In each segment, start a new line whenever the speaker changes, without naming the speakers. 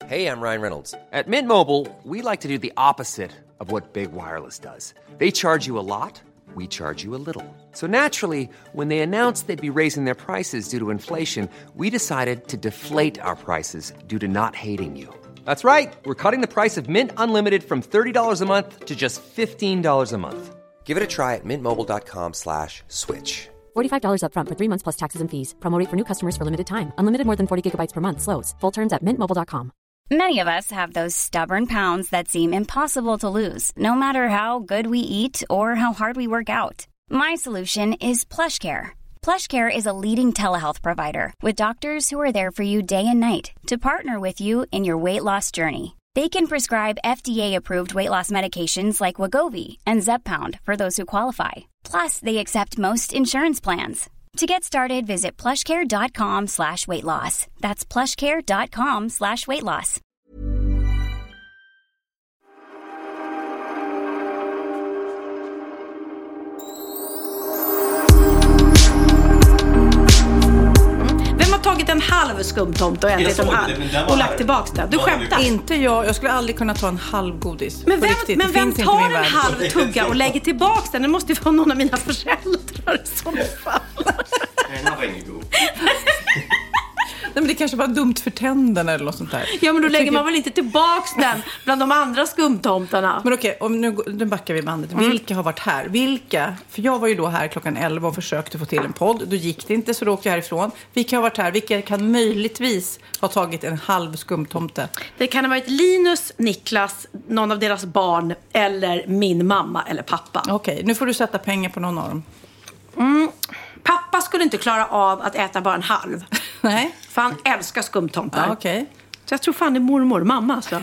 Hey, I'm Ryan Reynolds. At Mint Mobile, we like to do the opposite of what Big Wireless does. They charge you a lot, we charge you a little. So naturally, when they announced they'd be raising their prices due to inflation, we decided to deflate our prices due to not hating you. That's right. We're cutting the price of Mint Unlimited from $30 a month to just $15 a month. Give it a try at mintmobile.com/switch.
$45 up front for 3 months plus taxes and fees. Promo rate for new customers for limited time. Unlimited more than 40 gigabytes per month. Slows full terms at mintmobile.com.
Many of us have those stubborn pounds that seem impossible to lose, no matter how good we eat or how hard we work out. My solution is PlushCare. PlushCare is a leading telehealth provider with doctors who are there for you day and night to partner with you in your weight loss journey. They can prescribe FDA-approved weight loss medications like Wegovy and Zepbound for those who qualify. Plus, they accept most insurance plans. To get started, visit plushcare.com/weightloss. That's plushcare.com/weightloss.
Vem har tagit en halv skumtomte och ätit en halv och lagt tillbaka det? Du skämtar.
Inte jag skulle aldrig kunna ta en halv godis.
Men vem tar en halv tugga och lägger tillbaka den? Det måste ju vara någon av mina föräldrar i sådana fall.
Den var ingen god.
Nej, men det kanske var dumt för tänderna eller något sånt där.
Ja, men då lägger man väl inte tillbaks den bland de andra skumtomtarna.
Men okej, nu backar vi bandet. Vilka har varit här? Vilka? För jag var ju då här klockan 11 och försökte få till en podd. Då gick det inte, så då åkte jag härifrån. Vilka har varit här? Vilka kan möjligtvis ha tagit en halv skumtomte?
Det kan ha varit Linus, Niklas, någon av deras barn eller min mamma eller pappa.
Okej, nu får du sätta pengar på någon av dem.
Pappa skulle inte klara av att äta bara en halv.
Nej.
För han älskar skumtomtar.
Ja, okej.
Så jag tror fan det är mormor och mamma alltså.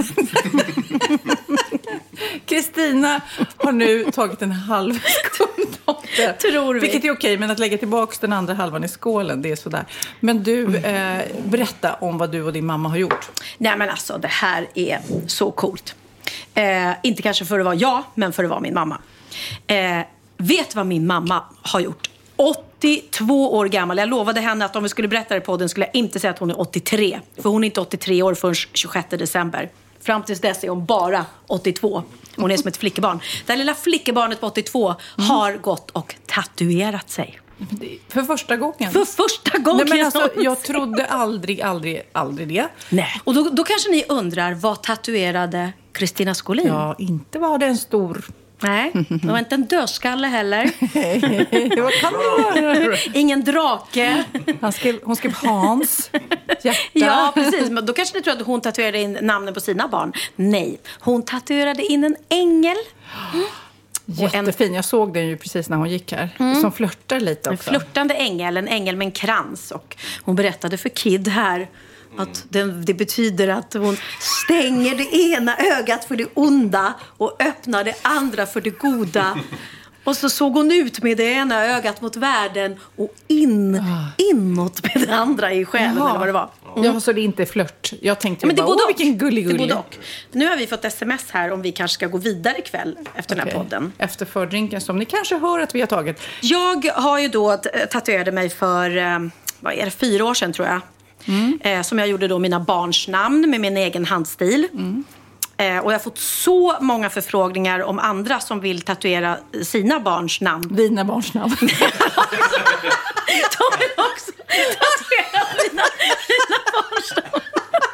Kristina har nu tagit en halv skumtomte.
Tror vi.
Vilket är okej, men att lägga tillbaka den andra halvan i skålen, det är sådär. Men du, berätta om vad du och din mamma har gjort.
Nej men alltså, det här är så coolt. Inte kanske för att vara jag, men för att vara min mamma. Vet vad min mamma har gjort? 82 år gammal. Jag lovade henne att om vi skulle berätta det på podden skulle jag inte säga att hon är 83. För hon är inte 83 år förrän 26 december. Fram tills dess är hon bara 82. Hon är som ett flickebarn. Det här lilla flickebarnet på 82 har gått och tatuerat sig.
För första gången?
För första gången!
Nej, men alltså, jag trodde aldrig det.
Nej. Och då kanske ni undrar, vad tatuerade Kristina Skolin?
Ja, inte var det en stor...
Nej, det var inte en dödskalle heller.
Vad kan det vara?
Ingen drake.
Hon skrev Hans hjärta.
Ja, precis. Men då kanske ni tror att hon tatuerade in namnen på sina barn. Nej, hon tatuerade in en ängel.
Jättefin, jag såg den ju precis när hon gick här. Som flörtar lite också.
En flörtande ängel, en ängel med en krans. Och hon berättade för Kid här att det betyder att hon stänger det ena ögat för det onda och öppnar det andra för det goda. Och så såg hon ut med det ena ögat mot världen och inåt med det andra i själen. Eller vad det var.
Ja, så det är inte flört. Jag tänkte
men det
bara, vilken gullig.
Nu har vi fått sms här om vi kanske ska gå vidare ikväll efter den här podden.
Efter fördrinken som ni kanske hör att vi har tagit.
Jag har ju då tatuerade mig för 4 år sedan tror jag. Som jag gjorde då mina barns namn med min egen handstil. Och jag har fått så många förfrågningar om andra som vill tatuera sina barns namn.
Dina barns namn.
De vill också tatuera mina barns namn.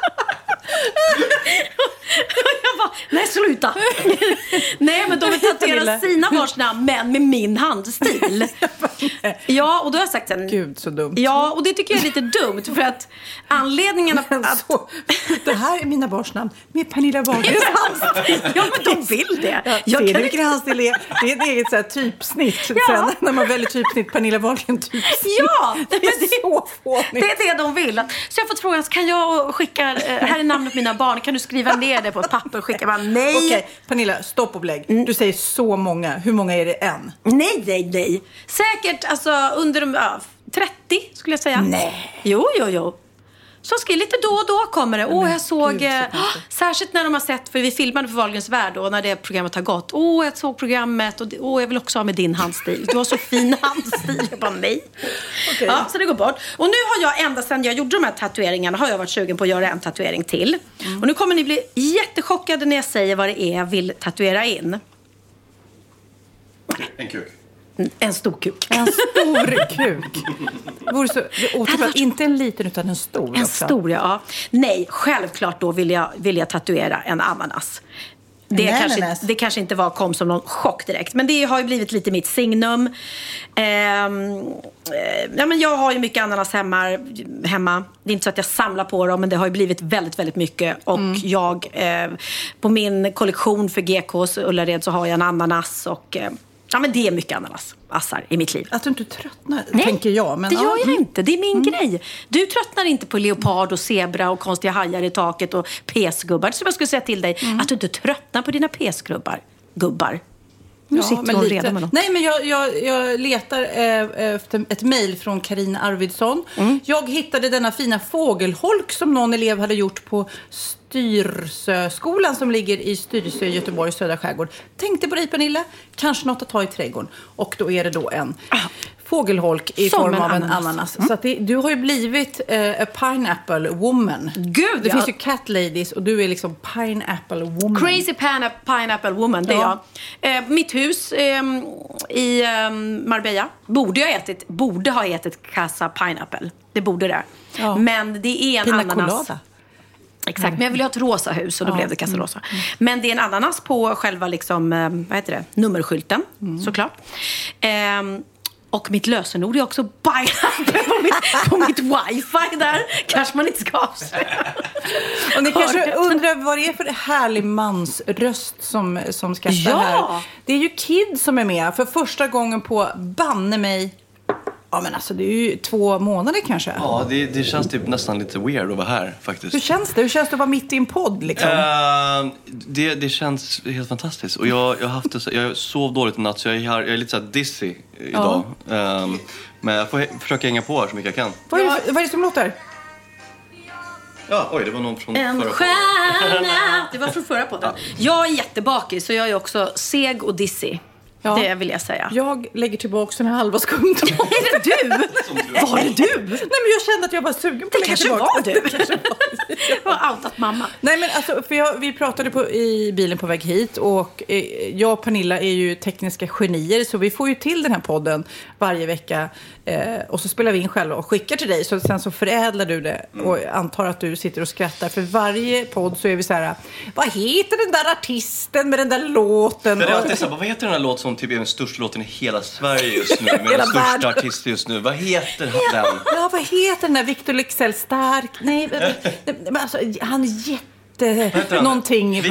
Jag bara, nej sluta. Nej, men de vill tatuera sina barns namn, men med min handstil. Ja, och då har jag sagt sen,
gud så dumt.
Ja, och det tycker jag är lite dumt. För att anledningen att
det här är mina barns namn med Pernilla Wahlgrens handstil.
Ja, men de vill det.
Jag ser vilken handstil är. Det är ett eget så här, typsnitt. Ja. Sen när man väljer typsnitt, Pernilla Wahlgren typsnitt.
Ja,
det är så fånigt.
Det är det de vill. Så jag har fått frågan, kan jag skicka, här är namnet på mina barn, kan du skriva ner det på ett papper och skicka? Bara, nej.
Okej, Pernilla, stopp och belägg. Du säger så många. Hur många är det än?
Nej. Säkert alltså under 30 skulle jag säga.
Nej.
Jo. som skriver lite då och då kommer det. Jag såg, särskilt när de har sett, för vi filmade för Wahlgrens värld och när det programmet har gått. Jag såg programmet och jag vill också ha med din handstil. Du har så fin handstil. Jag bara, nej. Okay. Ja, så det går bort. Och nu har jag, ända sedan jag gjorde de här tatueringarna, har jag varit sugen på att göra en tatuering till. Och nu kommer ni bli jättechockade när jag säger vad det är jag vill tatuera in.
En kuk.
En stor kuk.
En stor kuk. Inte en liten utan en stor.
En
också.
stor, ja. Nej, självklart då vill jag tatuera en ananas. Det kanske inte kom som någon chock direkt. Men det har ju blivit lite mitt signum. Men jag har ju mycket ananas hemma. Det är inte så att jag samlar på dem, men det har ju blivit väldigt, väldigt mycket. Och jag, på min kollektion för GKs Ullared så har jag en ananas och... men det är mycket ananasassar i mitt liv.
Att du inte tröttnar, tänker jag. Men
det gör jag inte. Det är min grej. Du tröttnar inte på leopard och zebra och konstiga hajar i taket och pesgubbar. Så jag skulle säga till dig att du inte tröttnar på dina pesgubbar. Nu sitter hon redan med något.
Nej, men jag letar efter ett mejl från Carina Arvidsson. Jag hittade denna fina fågelholk som någon elev hade gjort på Styrsöskolan som ligger i Styrsö i Göteborg, södra skärgård. Tänkte på dig, Pernilla. Kanske något att ta i trädgården. Och då är det då en fågelholk i form av en ananas. Så att du har ju blivit a pineapple woman.
Gud,
det finns ju cat ladies och du är liksom pineapple woman.
Crazy pineapple woman, det är jag. Mitt hus i Marbella borde ha ätit Casa Pineapple. Det borde det. Ja. Men det är en ananas. Exakt, men jag vill ha ett rosa hus och då blev det Casa Rosa. Men det är en ananas på själva liksom, nummerskylten, såklart. Och mitt lösenord är också pineapple på mitt wifi där. Kanske man inte ska avslöja.
Och ni kanske undrar vad det är för härlig mansröst som skrattar här. Det är ju Kid som är med för första gången på banne mig. Ja, men alltså det är ju 2 månader kanske.
Ja, det känns typ nästan lite weird att vara här faktiskt.
Hur känns det? Hur känns det att vara mitt i en podd liksom?
Det känns helt fantastiskt. Och jag sov dåligt i natt så jag är lite så här dizzy idag. Men jag får försöka hänga på här så mycket jag kan.
Vad är det som låter?
Ja, det var någon från
en
förra
stjärna. Det var från förra podden. Jag är jättebakig så jag är också seg och dizzy. Ja. Det vill jag säga.
Jag lägger tillbaka den här halva skumtomten.
Är det du? Var det du?
Nej, men jag kände att jag var sugen på att lägga tillbaka.
Det kanske var du. Jag har outat mamma.
Nej, men alltså, för vi pratade i bilen på väg hit. Och jag och Pernilla är ju tekniska genier. Så vi får ju till den här podden varje vecka. Och så spelar vi in själva och skickar till dig. Så sen så förädlar du det. Och antar att du sitter och skrattar. För varje podd så är vi så här: vad heter den där artisten med den där låten?
Det är alltid så här, vad heter den där låten som typ är den största låten i hela Sverige just nu? Med den största artisten just nu. Vad heter den?
Ja, vad heter den där? Victor Leksell Stark? Nej, men alltså, han är jätte... Någonting...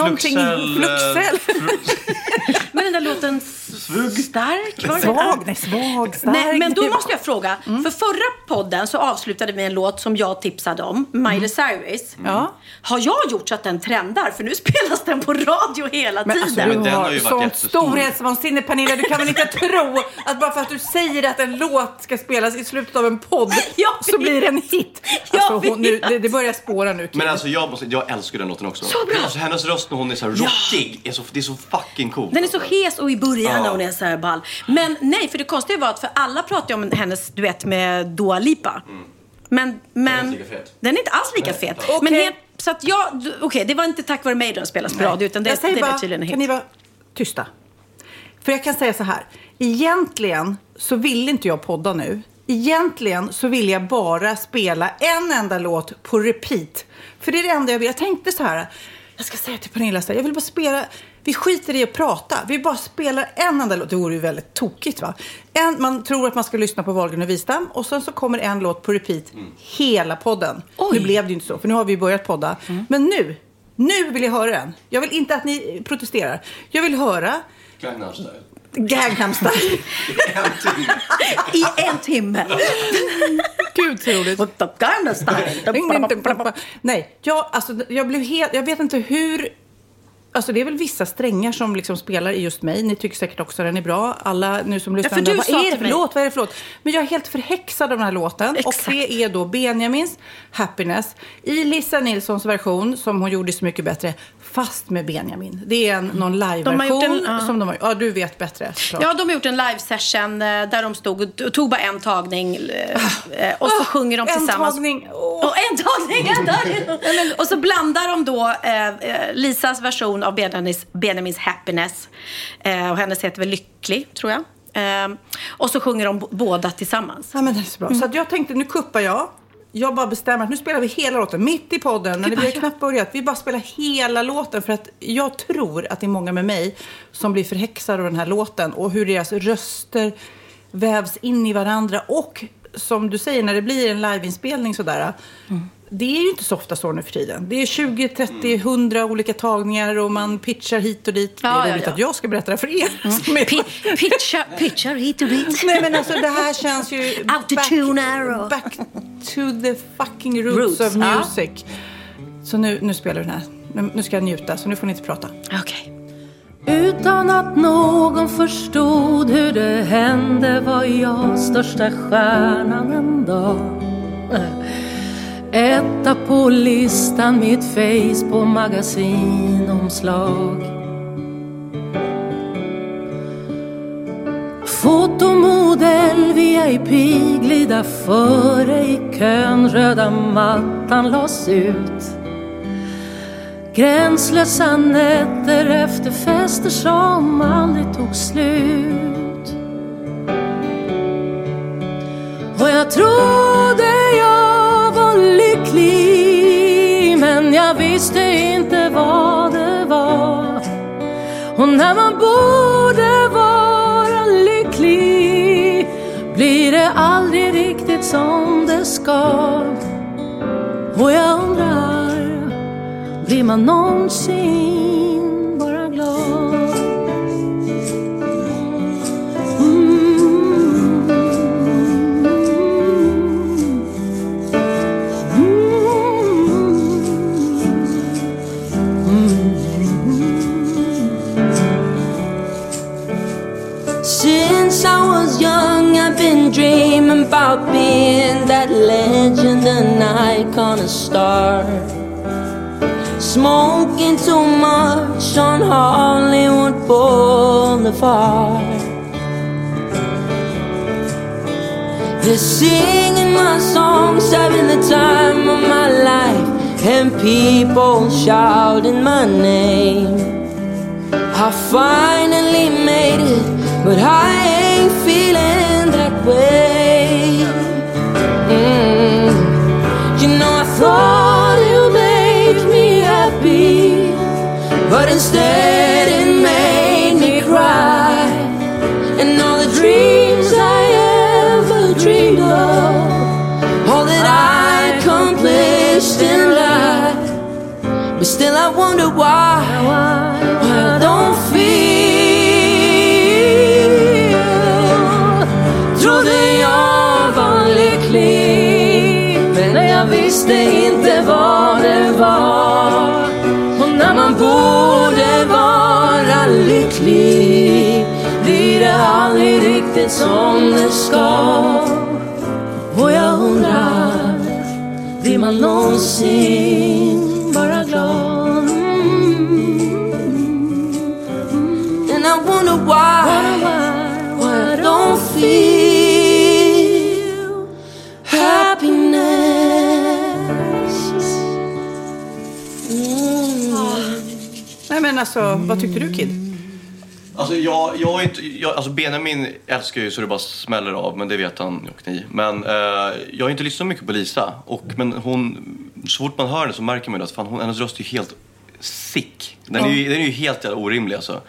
Fluxell.
Men den där låten Stark var det?
Svag, stark.
Nej, men då måste jag fråga. För förra podden så avslutade vi en låt som jag tipsade om. Miley Cyrus.
Ja.
Har jag gjort så att den trendar? För nu spelas den på radio hela tiden.
Alltså, du har sånt storhetsvansinne, Pernilla. Du kan väl inte tro att bara för att du säger att en låt ska spelas i slutet av en podd så blir det en hit. Alltså, det börjar spåra nu.
Men alltså jag älskar den låten också.
Så bra.
Alltså, hennes röst när hon är så här rockig det är så fucking cool.
Den är så hes och i början när hon är så här ball. Men nej, för det konstiga var att för alla pratar ju om hennes duett med Dua Lipa. Men
den är inte lika fet.
Den är inte alls lika fet. Okay. Men så att det var inte tack vare mig den spelas på radio utan det var tydligen en hit.
Kan ni vara tysta? För jag kan säga så här. Egentligen så vill inte jag podda nu. Egentligen så vill jag bara spela en enda låt på repeat. För det är det enda jag vill. Jag tänkte så här. Jag ska säga till Pernilla så här, jag vill bara spela. Vi skiter i att prata. Vi bara spelar en enda låt. Det vore ju väldigt tokigt, va? Man tror att man ska lyssna på Wahlgren och Wistam. Och sen så kommer en låt på repeat hela podden. Oj. Nu blev det ju inte så, för nu har vi börjat podda. Men nu vill jag höra den. Jag vill inte att ni protesterar. Jag vill höra Gangnam Style.
I en timme.
Gud, så roligt.
Gangnam Style.
Nej, jag blev helt... Jag vet inte hur Alltså det är väl vissa strängar som liksom spelar i just mig. Ni tycker säkert också den är bra. Alla nu som lyssnar.
För du
vad
sa
är det
till
för
mig.
låt? Vad är det för låt? Men jag är helt förhäxad av den här låten.
Exakt.
Och det är då Benjamins Happiness. I Lisa Nilssons version, som hon gjorde Så mycket bättre, fast med Benjamin. Det är någon live-version som de har. Ja, du vet bättre. Klart.
Ja, de har gjort en live-session där de stod och tog bara en tagning. Och så sjunger de tillsammans.
En tagning.
Och en tagning. Och så blandar de då Lisas version av Benjamins Happiness. Och hennes heter väl Lycklig, tror jag. Och så sjunger de båda tillsammans.
Ja, men det är så bra. Så att jag tänkte, nu kuppar jag. Jag bara bestämmer att nu spelar vi hela låten. Mitt i podden, när vi har knappt börjat. Vi bara spelar hela låten. För att jag tror att det är många med mig som blir förhäxade av den här låten. Och hur deras röster vävs in i varandra. Och som du säger, när det blir en liveinspelning sådär. Det är ju inte så ofta så nu för tiden. Det är 20, 30, 100 olika tagningar och man pitchar hit och dit.
Ja,
det är roligt att jag ska berätta det för er.
Pitchar hit och dit.
Nej, men alltså det här känns ju back to the fucking roots of music. Så nu spelar vi den här. Nu ska jag njuta, så nu får ni inte prata.
Okej.
Utan att någon förstod hur det hände var jag största stjärnan en dag. Etta på listan, mitt face på magasinomslag. Fotomodell VIP, glida före i kön, röda mattan lades ut. Gränslösa nätter efter fester som aldrig tog slut. Och jag trodde jag var lycklig, men jag visste inte vad det var. Och när man borde vara lycklig blir det aldrig riktigt som det ska. Och jag undrar, blir man någonsin bara glad?
Since I was young, I've been dreaming about being that legend, an icon, a star. Smoking too much on Hollywood Boulevard. They're singing my songs, having the time of my life, and people shouting my name. I finally made it, but I ain't feeling that way. You know, I thought you'd make me happy, but instead it made me cry. And all the dreams I ever dreamed of, all that I accomplished in life, but still I wonder why I don't feel. Trodde jag var lycklig, men jag visste inte vad det var. Och när man borde vara lycklig blir det aldrig riktigt som det ska. Och jag undrar, blir man någonsin bara glad? And I wonder why I don't feel happiness.
Nej, men alltså, vad tyckte du, Kid?
Alltså alltså Benjamin älskar ju så det bara smäller av, men det vet han och ni. Men jag har inte lyssnat mycket på Lisa, men hon, så fort man hör det så märker man att hennes röst är helt sick. Den är ju helt orimlig alltså.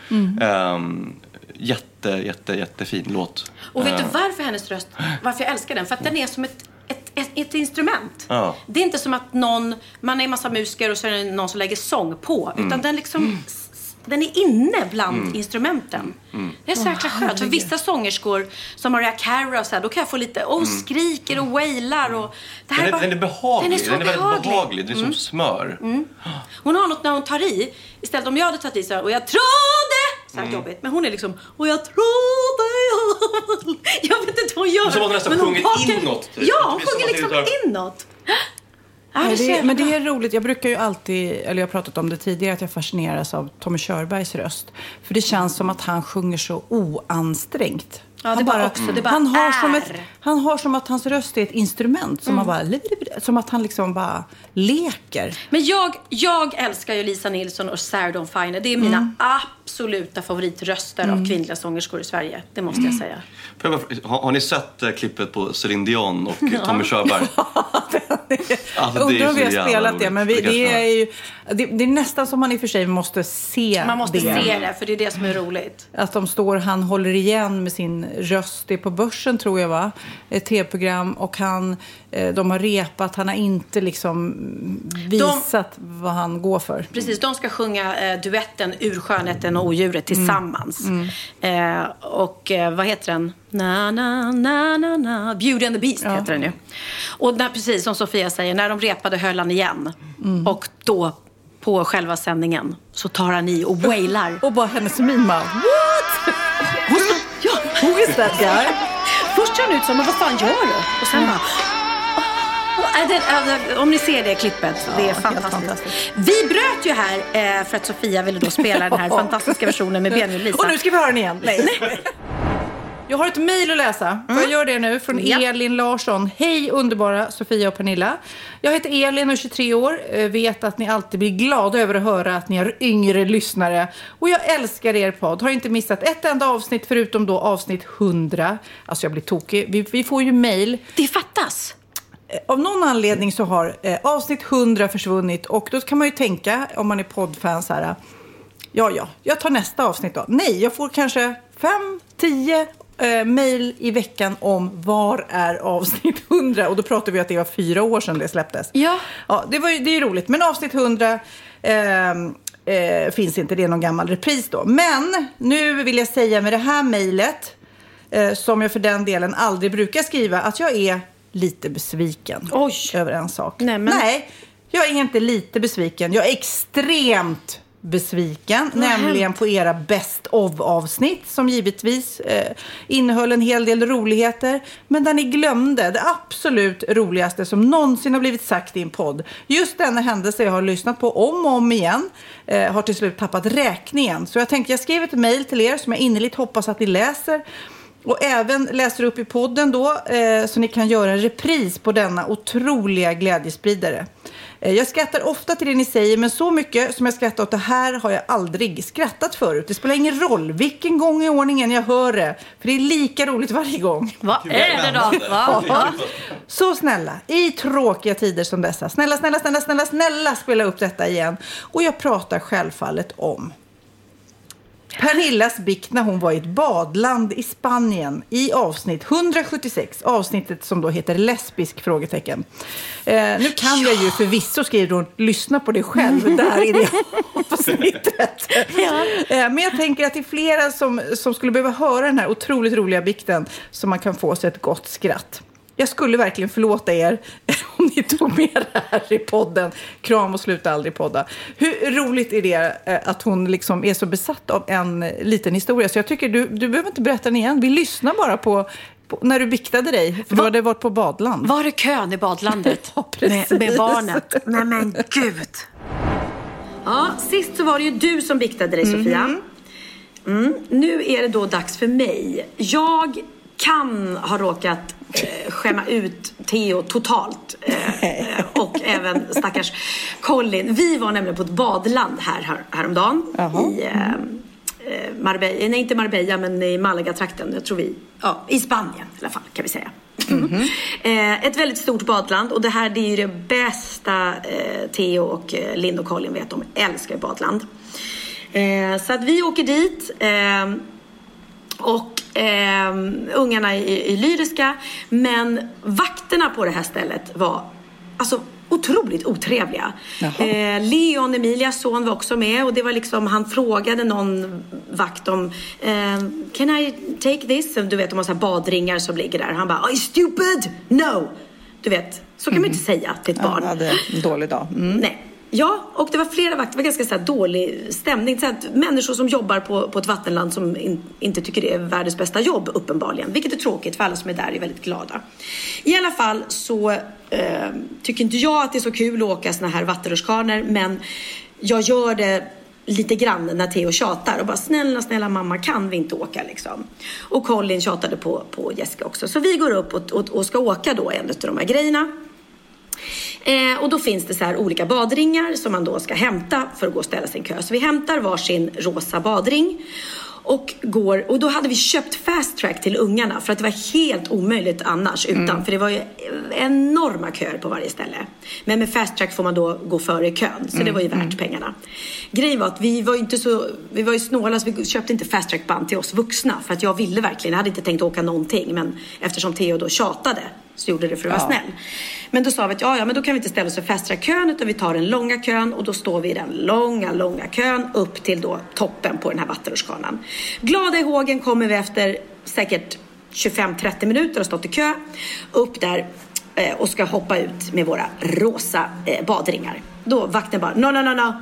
Jättefin låt.
Och vet du varför hennes röst, varför jag älskar den? För att den är som ett instrument. Ja. Det är inte som att man är en massa musiker och så är det någon som lägger sång på. Utan den liksom den är inne bland instrumenten. Det är så jäkla skönt. För vissa sångerskor som Mariah Carey och så här, då kan jag få lite skriker och wailar och det här
den är behaglig.
Den är
väldigt behaglig. Det är som smör.
Hon har något när hon tar i. Istället om jag hade tagit i så här, och jag trodde så här jobbigt. Men hon är liksom, och jag trodde jag vet inte vad hon gör.
Men som hon nästan sjunger inåt. Typ.
Ja, hon sjunger liksom inåt.
Men det är roligt. Jag brukar ju alltid, eller jag har pratat om det tidigare, att jag fascineras av Tommy Körbergs röst. För det känns som att han sjunger så oansträngt.
Ja, det bara också. Det bara
han har som att hans röst är ett instrument som man bara, som att han liksom bara leker.
Men jag älskar ju Lisa Nilsson och Sarah Dawn Finer. Det är mina absoluta favoritröster av kvinnliga sångerskor i Sverige. Det måste jag säga.
Har ni sett klippet på Celine Dion och Tommy Körberg?
Undrar om vi har spelat det, men det är nästan som man i och för sig måste se.
Man måste se det, för det är det som är roligt.
Att han håller igen med sin röst. Det är på Börsen, tror jag, va? Ett tv-program, och de har repat. Han har inte liksom visat vad han går för.
Precis, de ska sjunga duetten Ur skönheten och odjuret tillsammans. Och vad heter den? Na, na, na, na, na. Beauty and the Beast heter den ju. Och precis som Sofia säger, när de repade höll han igen. Och då på själva sändningen så tar han i och wailar.
Och bara hennes mima. What? Who is that guy?
Först ser han ut som, men vad fan gör du? Och sen bara... Om ni ser det klippet, det är fantastiskt. Vi bröt ju här för att Sofia ville då spela den här fantastiska versionen med Benny och Lisa.
Och nu ska vi höra den igen. Nej. Jag har ett mejl att läsa. Får jag göra det nu? Från Elin Larsson. Hej underbara Sofia och Pernilla. Jag heter Elin och 23 år. Vet att ni alltid blir glada över att höra att ni har yngre lyssnare. Och jag älskar er podd. Har inte missat ett enda avsnitt förutom då avsnitt 100. Alltså jag blir tokig. Vi får ju mejl.
Det fattas.
Av någon anledning så har avsnitt 100 försvunnit. Och då kan man ju tänka, om man är poddfan så här... Ja, jag tar nästa avsnitt då. Nej, jag får kanske 5-10 mejl i veckan om var är avsnitt 100. Och då pratar vi att det var 4 år sedan det släpptes. Ja, det är roligt. Men avsnitt 100 finns inte. Det är någon gammal repris då. Men nu vill jag säga med det här mejlet, som jag för den delen aldrig brukar skriva, att jag är lite besviken över en sak. Nej, jag är inte lite besviken. Jag är extremt besviken, nämligen på era best of-avsnitt som givetvis innehöll en hel del roligheter, men där ni glömde det absolut roligaste som någonsin har blivit sagt i en podd. Just denna händelse jag har lyssnat på om och om igen har till slut tappat räkningen. Så jag tänkte, jag skrev ett mejl till er som jag innerligt hoppas att ni läser och även läser upp i podden då, så ni kan göra en repris på denna otroliga glädjespridare. Jag skrattar ofta till det ni säger, men så mycket som jag skrattar åt det här har jag aldrig skrattat förut. Det spelar ingen roll vilken gång i ordningen jag hör det, för det är lika roligt varje gång.
Vad är det då? Va?
Så snälla, i tråkiga tider som dessa, snälla spela upp detta igen. Och jag pratar självfallet om Pernillas bikt när hon var i ett badland i Spanien i avsnitt 176, avsnittet som då heter lesbisk frågetecken. Nu kan jag ju förvisso, skriver hon, lyssna på det själv där i det avsnittet. Men jag tänker att det är flera som skulle behöva höra den här otroligt roliga bikten så man kan få sig ett gott skratt. Jag skulle verkligen förlåta er om ni tog med det här i podden. Kram och sluta aldrig podda. Hur roligt är det att hon liksom är så besatt av en liten historia? Så jag tycker du behöver inte berätta den igen. Vi lyssnar bara på när du biktade dig. För du hade varit på badland.
Var det kön i badlandet?
Ja,
med barnet? Nej men gud. Ja, sist så var det ju du som biktade dig, Sofia. Nu är det då dags för mig. Jag kan ha råkat skämma ut Theo totalt och även stackars Colin. Vi var nämligen på ett badland häromdagen i Marbella, nej inte Marbella men i Malaga-trakten, jag tror i Spanien i alla fall kan vi säga. Ett väldigt stort badland, och det är ju det bästa Theo och Linn och Colin vet, de älskar badland. Så att vi åker dit och ungarna är lyriska, men vakterna på det här stället var alltså otroligt otrevliga. Leon, Emilias son, var också med. Och det var liksom, han frågade någon vakt om can I take this? Du vet, de har så här badringar som ligger där. Han bara, are you stupid? No! Du vet, så kan man inte säga till ett barn.
Han hade en dålig dag.
Nej. Ja, och det var flera vakter. Det var ganska så här dålig stämning. Så att människor som jobbar på ett vattenland som inte tycker det är världens bästa jobb, uppenbarligen. Vilket är tråkigt, för alla som är där är väldigt glada. I alla fall så tycker inte jag att det är så kul att åka såna här vattenrutschkanor. Men jag gör det lite grann när Theo tjatar. Och bara, snälla mamma, kan vi inte åka liksom? Och Colin tjatade på Jessica också. Så vi går upp och ska åka då en av de här grejerna. Och då finns det så här olika badringar som man då ska hämta för att gå och ställa sin kö. Så vi hämtar varsin rosa badring och då hade vi köpt fast track till ungarna för att det var helt omöjligt annars utan. För det var ju enorma köer på varje ställe. Men med fast track får man då gå före i kön. Så det var ju värt pengarna. Grejen var att vi var ju snåla, så vi köpte inte fast track band till oss vuxna. För att jag ville verkligen, jag hade inte tänkt åka någonting. Men eftersom Theo då tjatade så gjorde det för att vara snäll. Men då sa vi att ja, men då kan vi inte ställa oss för fast track kön, utan vi tar den långa kön. Och då står vi i den långa kön upp till då toppen på den här vattenrutschkanan. Glada i hågen kommer vi efter säkert 25-30 minuter och stått i kö upp där och ska hoppa ut med våra rosa badringar. Då vakten bara no.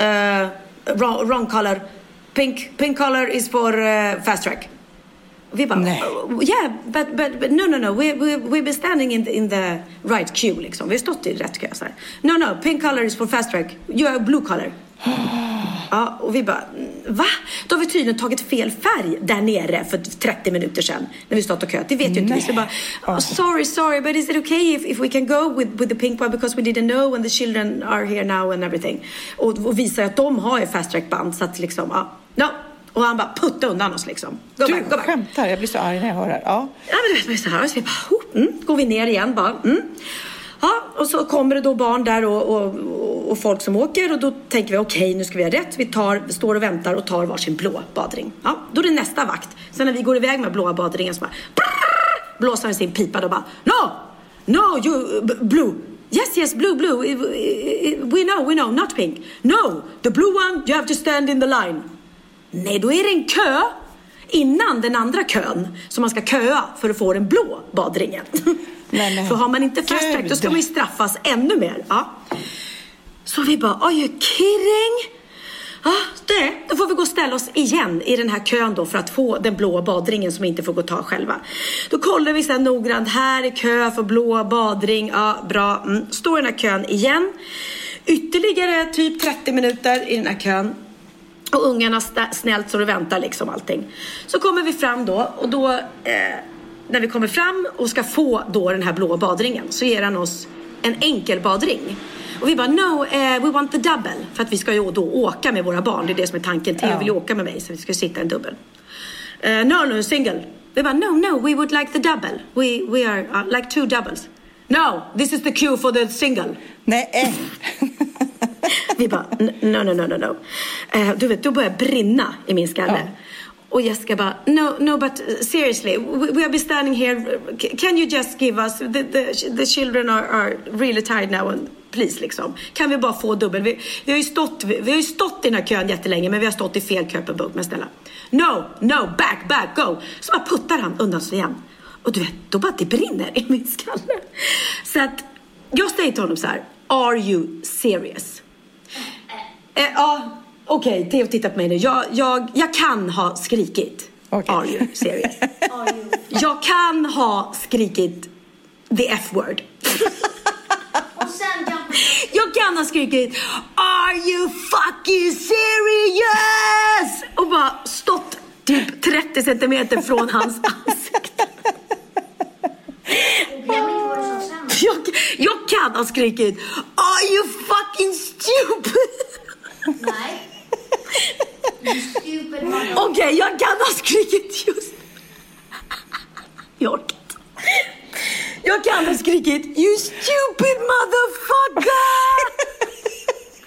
Wrong color. Pink color is for fast track. Vi bara, yeah, but no. We've been standing in the right queue liksom. Vi har stått i rätt kö så här. No, pink color is for fast track. You are blue color. Ja, och vi bara, va? Då har vi tydligen tagit fel färg där nere för 30 minuter sedan när vi stått och köat. Det vet ju inte vi. Så bara, sorry, but is it okay if we can go with the pink one because we didn't know and the children are here now and everything. Och visar att de har ju fast track band så att liksom, no. Och han bara putta undan oss liksom. Go back.
Skämtar, jag blir så arg när jag hör det här. Ja,
men det blir så här. Så vi bara, går vi ner igen bara. Ja, och så kommer det då barn där och folk som åker. Och då tänker vi, okej, nu ska vi ha rätt. Vi står och väntar och tar varsin blå badring. Ja, då är det nästa vakt. Sen när vi går iväg med blåa badringen så bara blåser han sin pipa och bara, no, you blue. Yes, blue. We know, not pink. No, the blue one, you have to stand in the line. Nej, då är det en kö innan den andra kön som man ska köa för att få den blå badringen. Nej. För har man inte fast track då ska man ju straffas ännu mer. Ja. Så vi bara, are you kidding? Ja, då får vi gå och ställa oss igen i den här kön då för att få den blå badringen som inte får gå och ta själva. Då kollar vi så här noggrant, här är kö för blå badring. Ja, bra. Står i den här kön igen. Ytterligare typ 30 minuter i den här kön. Och ungarna snällt så det väntar liksom allting. Så kommer vi fram då. Och då när vi kommer fram och ska få då den här blå badringen så ger han oss en enkel badring. Och vi bara, we want the double. För att vi ska ju då åka med våra barn. Det är det som är tanken. Theo vill åka med mig så vi ska sitta en dubbel. No, single. Vi bara, no, we would like the double. We are like 2 doubles. No, this is the queue for the single.
Nej.
Vi bara, no. Du vet, då börjar brinna i min skalle. Ja. Och Jessica bara, no, but seriously, we have been standing here. Can you just give us, the children are really tired now and please liksom. Kan vi bara få dubbel? Vi har ju stått i den här kön jättelänge, men vi har stått i fel köpenbok. Men snälla, no, back, go. Så bara puttar han undan sig igen. Och du vet, då bara det brinner i min skalle. Så att jag säger till honom så här, are you serious? Ja, okej, Theo tittar på mig nu. Jag kan ha skrikit. Okay. Are you serious? Jag kan ha skrikit the F-word.
Och sen
jag kan ha skrikit, are you fucking serious? Och bara stått typ 30 centimeter från hans ansikte. Jag kan ha skrikit, are you fucking stupid?
Nej.
Okej, jag kan ha skrikit just. Jag kan ha skrikit, you stupid motherfucker.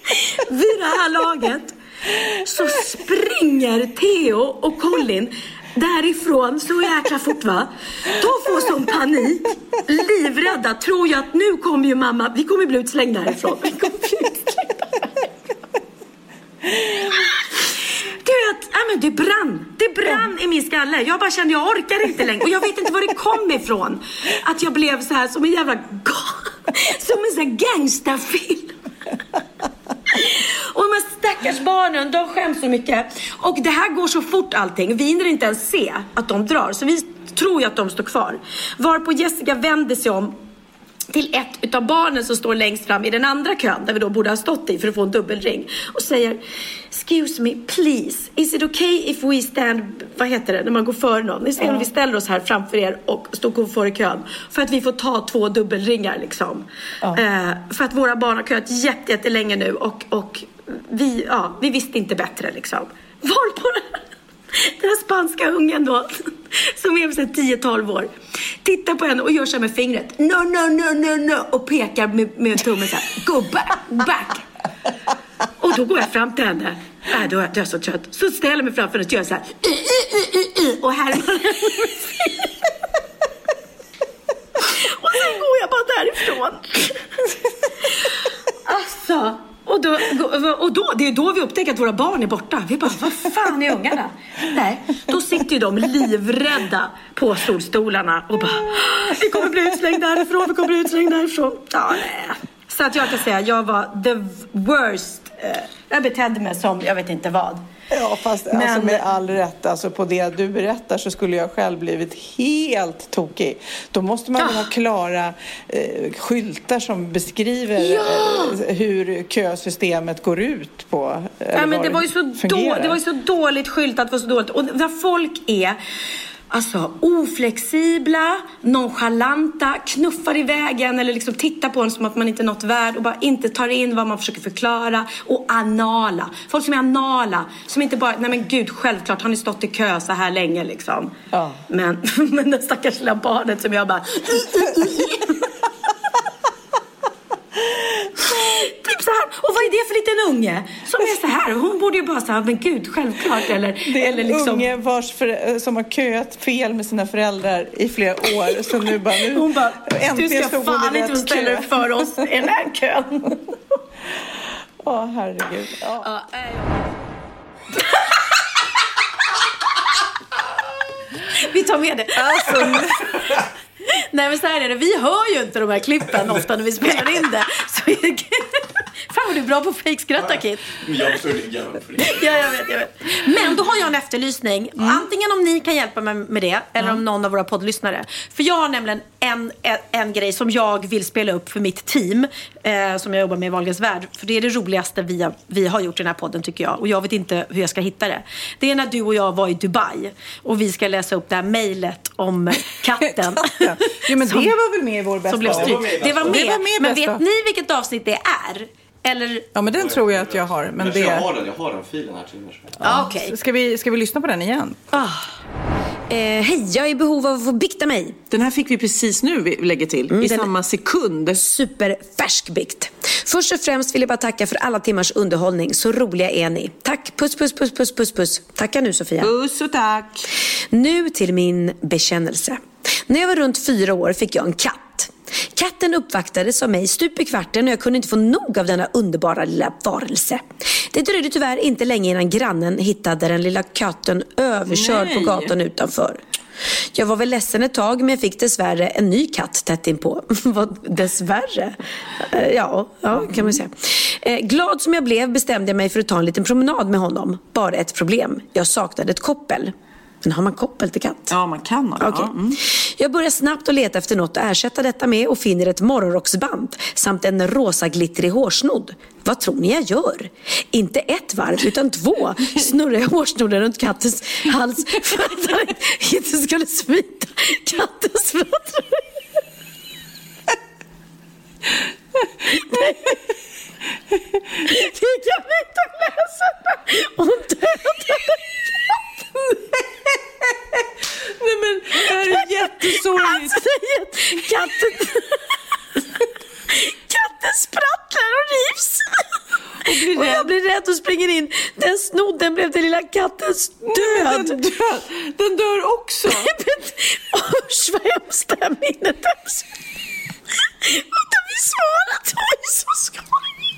Vid det här laget så springer Theo och Colin därifrån så jäkla fort, va? Då får sån panik, livrädda, tror jag att nu kommer ju mamma, vi kommer bli utslängda härifrån. Du vet, men det brann i min skalle. Jag bara kände, jag orkar inte längre. Och jag vet inte var det kom ifrån. Att jag blev så här som en jävla som en sån här gangsterfilm. Och de här stackars barnen, de skäms så mycket. Och det här går så fort allting. Vi hinner inte ens se att de drar. Så vi tror ju att de står kvar. Varpå Jessica vänder sig om till ett utav barnen som står längst fram i den andra kön, där vi då borde ha stått i för att få en dubbelring, och säger: excuse me, please, is it okay if we stand, vad heter det, när man går för någon? Ni ser, vi ställer oss här framför er och står för i kön för att vi får ta 2 dubbelringar liksom. För att våra barn har köat jättelänge nu och vi visste inte bättre liksom. Var på den här spanska ungen då, som är 10-12 år, tittar på henne och gör så med fingret. No. Och pekar med tummen så här. Go back. Och då går jag fram till henne. Då är jag så trött. Så ställer jag mig framför henne och gör så här. Och härmar henne. Och sen går jag bara därifrån. Alltså. Och då, det är då vi upptäcker att våra barn är borta. Vi bara, vad fan är ungarna? Nej, då sitter ju de livrädda på solstolarna och bara, vi kommer bli utslängda härifrån. Ja, nej. Så att jag kan säga, jag var the worst. Jag betedde mig som, jag vet inte vad.
Ja, fast alltså med all rätt, alltså på det du berättar så skulle jag själv blivit helt tokig. Då måste man ha klara skyltar som beskriver hur kösystemet går ut på.
Ja, men det var ju så dåligt skyltat, var så dåligt. Och när folk är alltså oflexibla, nonchalanta, knuffar i vägen eller liksom tittar på en som att man inte är något värd och bara inte tar in vad man försöker förklara, och anala. Folk som är anala, som inte bara, nej men gud, självklart har ni stått i kö så här länge liksom. Ja. Men det stackars lilla barnet som jag bara typ så här. Och vad är det för liten unge som är så här? Hon borde ju bara säga, men gud, självklart. Eller,
det är en
liksom
unge som har köat fel med sina föräldrar i flera år. Så nu bara,
hon bara, du ska fan inte ställa dig för oss i den här kön.
Herregud.
Vi tar med det. Alltså, nej, men så här är det. Vi hör ju inte de här klippen ofta när vi spelar in det. Så fan, vad du är bra på fejkskratta, Kit.
Jag förstår det.
Ja, jag vet. Men då har jag en efterlysning. Antingen om ni kan hjälpa mig med det, eller om någon av våra poddlyssnare. För jag har nämligen en grej som jag vill spela upp för mitt team, som jag jobbar med i Wahlgrens värld. För det är det roligaste vi har gjort i den här podden, tycker jag. Och jag vet inte hur jag ska hitta det. Det är när du och jag var i Dubai och vi ska läsa upp det här mejlet om katten.
Jo, men det var väl med i vår bästa.
Det var med. Men vet ni vilket avsnitt det är? Eller...
Ja, men den tror jag att jag har. Men
jag har den filen här till mig.
Okay.
Ska vi lyssna på den igen?
Hej, jag är i behov av att få bikta mig.
Den här fick vi precis nu, vi lägger till. I samma sekund.
Superfärsk bikt. Först och främst vill jag bara tacka för alla timmars underhållning. Så roliga är ni. Tack, puss. Tackar nu, Sofia.
Puss och tack.
Nu till min bekännelse. När jag var runt 4 år fick jag en katt. Katten uppvaktades av mig stup i kvarten och jag kunde inte få nog av denna underbara lilla varelse. Det dröjde tyvärr inte länge innan grannen hittade den lilla katten överkörd på gatan utanför. Jag var väl ledsen ett tag, men jag fick dessvärre en ny katt tätt inpå. Dessvärre? Ja, kan man säga. Glad som jag blev bestämde jag mig för att ta en liten promenad med honom. Bara ett problem. Jag saknade ett koppel. Men har man koppel till katt?
Ja, man kan.
Okay. Jag börjar snabbt att leta efter något att ersätta detta med och finner ett morgonrocksband samt en rosa glittrig hårsnodd. Vad tror ni jag gör? Inte 1 varv utan 2 snurrar jag hårsnodden runt kattens hals för att han inte skulle smita kattens fötter. Det kan vi inte läsa. Hon dödade
Nej, men det här är jättesorgligt.
Katten sprattlar och rivs. Och jag blir rädd och springer in. Den snodden blev det lilla lilla kattens död.
Den dör också.
Usch, vad hemskt det här minnet är. Och då vi svarat, oj så skoj.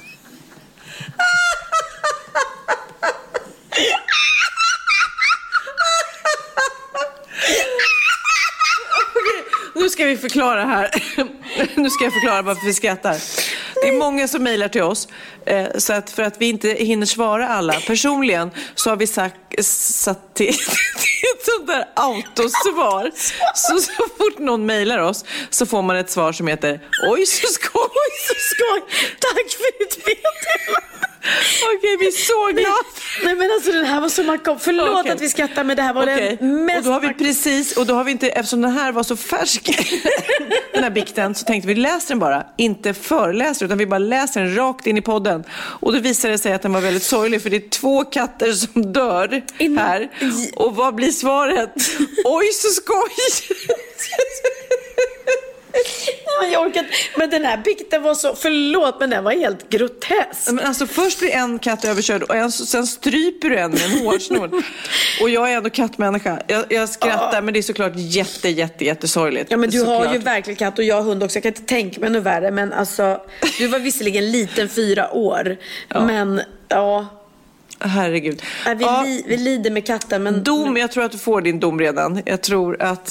Nu ska vi förklara här. Nu ska jag förklara varför vi skrattar. Det är många som mejlar till oss. Så att för att vi inte hinner svara alla. Personligen så har vi satt till ett sånt där autosvar. Så fort någon mejlar oss så får man ett svar som heter oj så skoj, oj så skoj.
Tack för ditt meddelande.
Okej, vi är så glada.
Nej men alltså den här var så makabert. Förlåt att vi skrattar, men det här var den mest.
Och då har vi precis, och då har vi inte, eftersom den här var så färsk, den här bikten, så tänkte vi läser den bara, inte föreläser, utan vi bara läser den rakt in i podden. Och då visade det sig att den var väldigt sorglig, för det är 2 katter som dör här. Och vad blir svaret? Oj så skoj.
Jag orkat. Men den här bikten var så, förlåt, men den var helt grotesk.
Men alltså först blir en katt överkörd och sen stryper du en med en hårsnor. Och jag är ändå kattmänniska. Jag skrattar, men det är såklart jättesorgligt.
Ja, men du har ju verkligen katt och jag har hund också. Jag kan inte tänka mig något värre. Men alltså, du var visserligen liten 4 år. Ja. Men ja.
Herregud.
Vi lider med katten, men
dom, jag tror att du får din dom redan. Jag tror att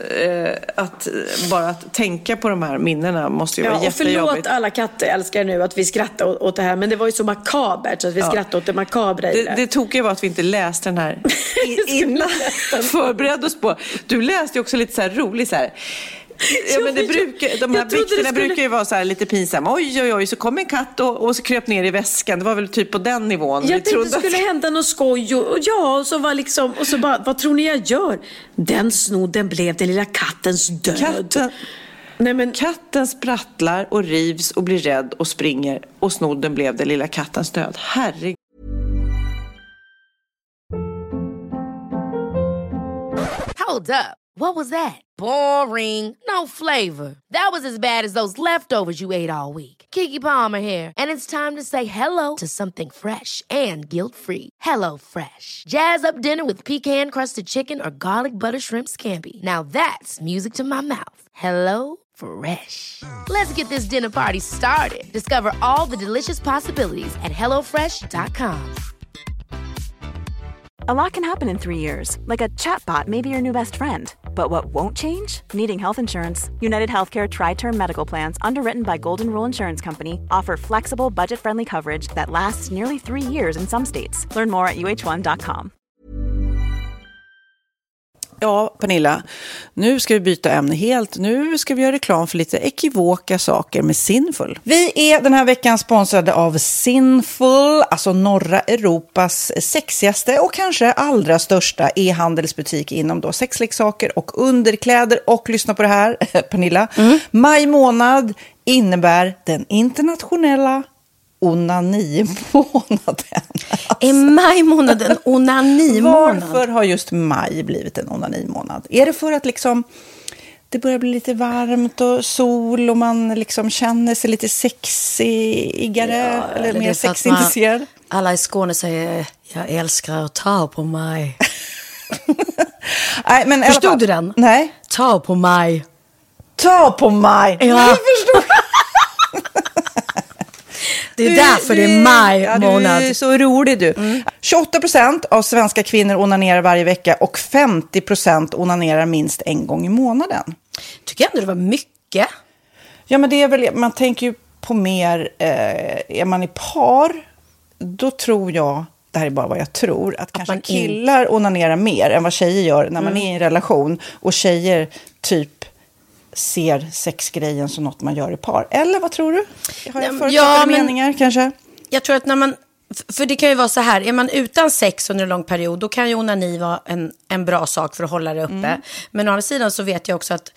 bara att tänka på de här minnena måste ju vara jättejobbigt.
Förlåt alla kattälskare nu att vi skrattar åt det här, men det var ju så makabert så att vi skrattade åt det makabra i
det tokiga var att vi inte läste den här innan förberedde oss på. Du läste ju också lite så här roligt så här. Ja, men de här bikterna brukar ju vara så här lite pinsamma. Oj, så kom en katt och så kröp ner i väskan. Det var väl typ på den nivån.
Jag tänkte det skulle hända något skoj. Och så var liksom, och så bara, vad tror ni jag gör? Den snodden blev den lilla kattens död. Katten
sprattlar och rivs och blir rädd och springer. Och snodden blev den lilla kattens död. Herregud.
Hold up. What was that? Boring. No flavor. That was as bad as those leftovers you ate all week. Keke Palmer here, and it's time to say hello to something fresh and guilt-free. Hello Fresh. Jazz up dinner with pecan-crusted chicken or garlic butter shrimp scampi. Now that's music to my mouth. Hello Fresh. Let's get this dinner party started. Discover all the delicious possibilities at hellofresh.com.
A lot can happen in 3 years, like a chatbot may be your new best friend. But what won't change? Needing health insurance. United Healthcare Tri-Term Medical Plans, underwritten by Golden Rule Insurance Company, offer flexible, budget-friendly coverage that lasts nearly 3 years in some states. Learn more at uh1.com.
Ja, Pernilla, nu ska vi byta ämne helt. Nu ska vi göra reklam för lite ekivoka saker med Sinful. Vi är den här veckan sponsrade av Sinful, alltså norra Europas sexigaste och kanske allra största e-handelsbutik inom då sexleksaker och underkläder. Och lyssna på det här, Pernilla. Maj månad innebär den internationella onanimånaden.
Är majmånaden onanimånad?
Varför har just maj blivit en onanimånad? Är det för att liksom det börjar bli lite varmt och sol och man liksom känner sig lite sexigare eller mer sexintresserad?
Alla i Skåne säger jag älskar att ta på mig.
Nej, men
förstod du den?
Nej.
Ta på mig.
Ta på mig.
Ja.
Jag förstår.
Det är därför det är maj månad.
Du är så rolig du. 28% av svenska kvinnor onanerar varje vecka och 50% onanerar minst en gång i månaden.
Tycker jag ändå det var mycket.
Ja, men det är väl, man tänker ju på mer, är man i par, då tror jag, det här är bara vad jag tror, att kanske killar onanerar mer än vad tjejer gör när man är i en relation. Och tjejer typ ser sexgrejen som något man gör i par. Eller vad tror du? Har jag förutsatta meningar kanske? Jag
tror att när man, för det kan ju vara så här, är man utan sex under en lång period, då kan ju onani vara en bra sak för att hålla det uppe. Men å andra sidan så vet jag också att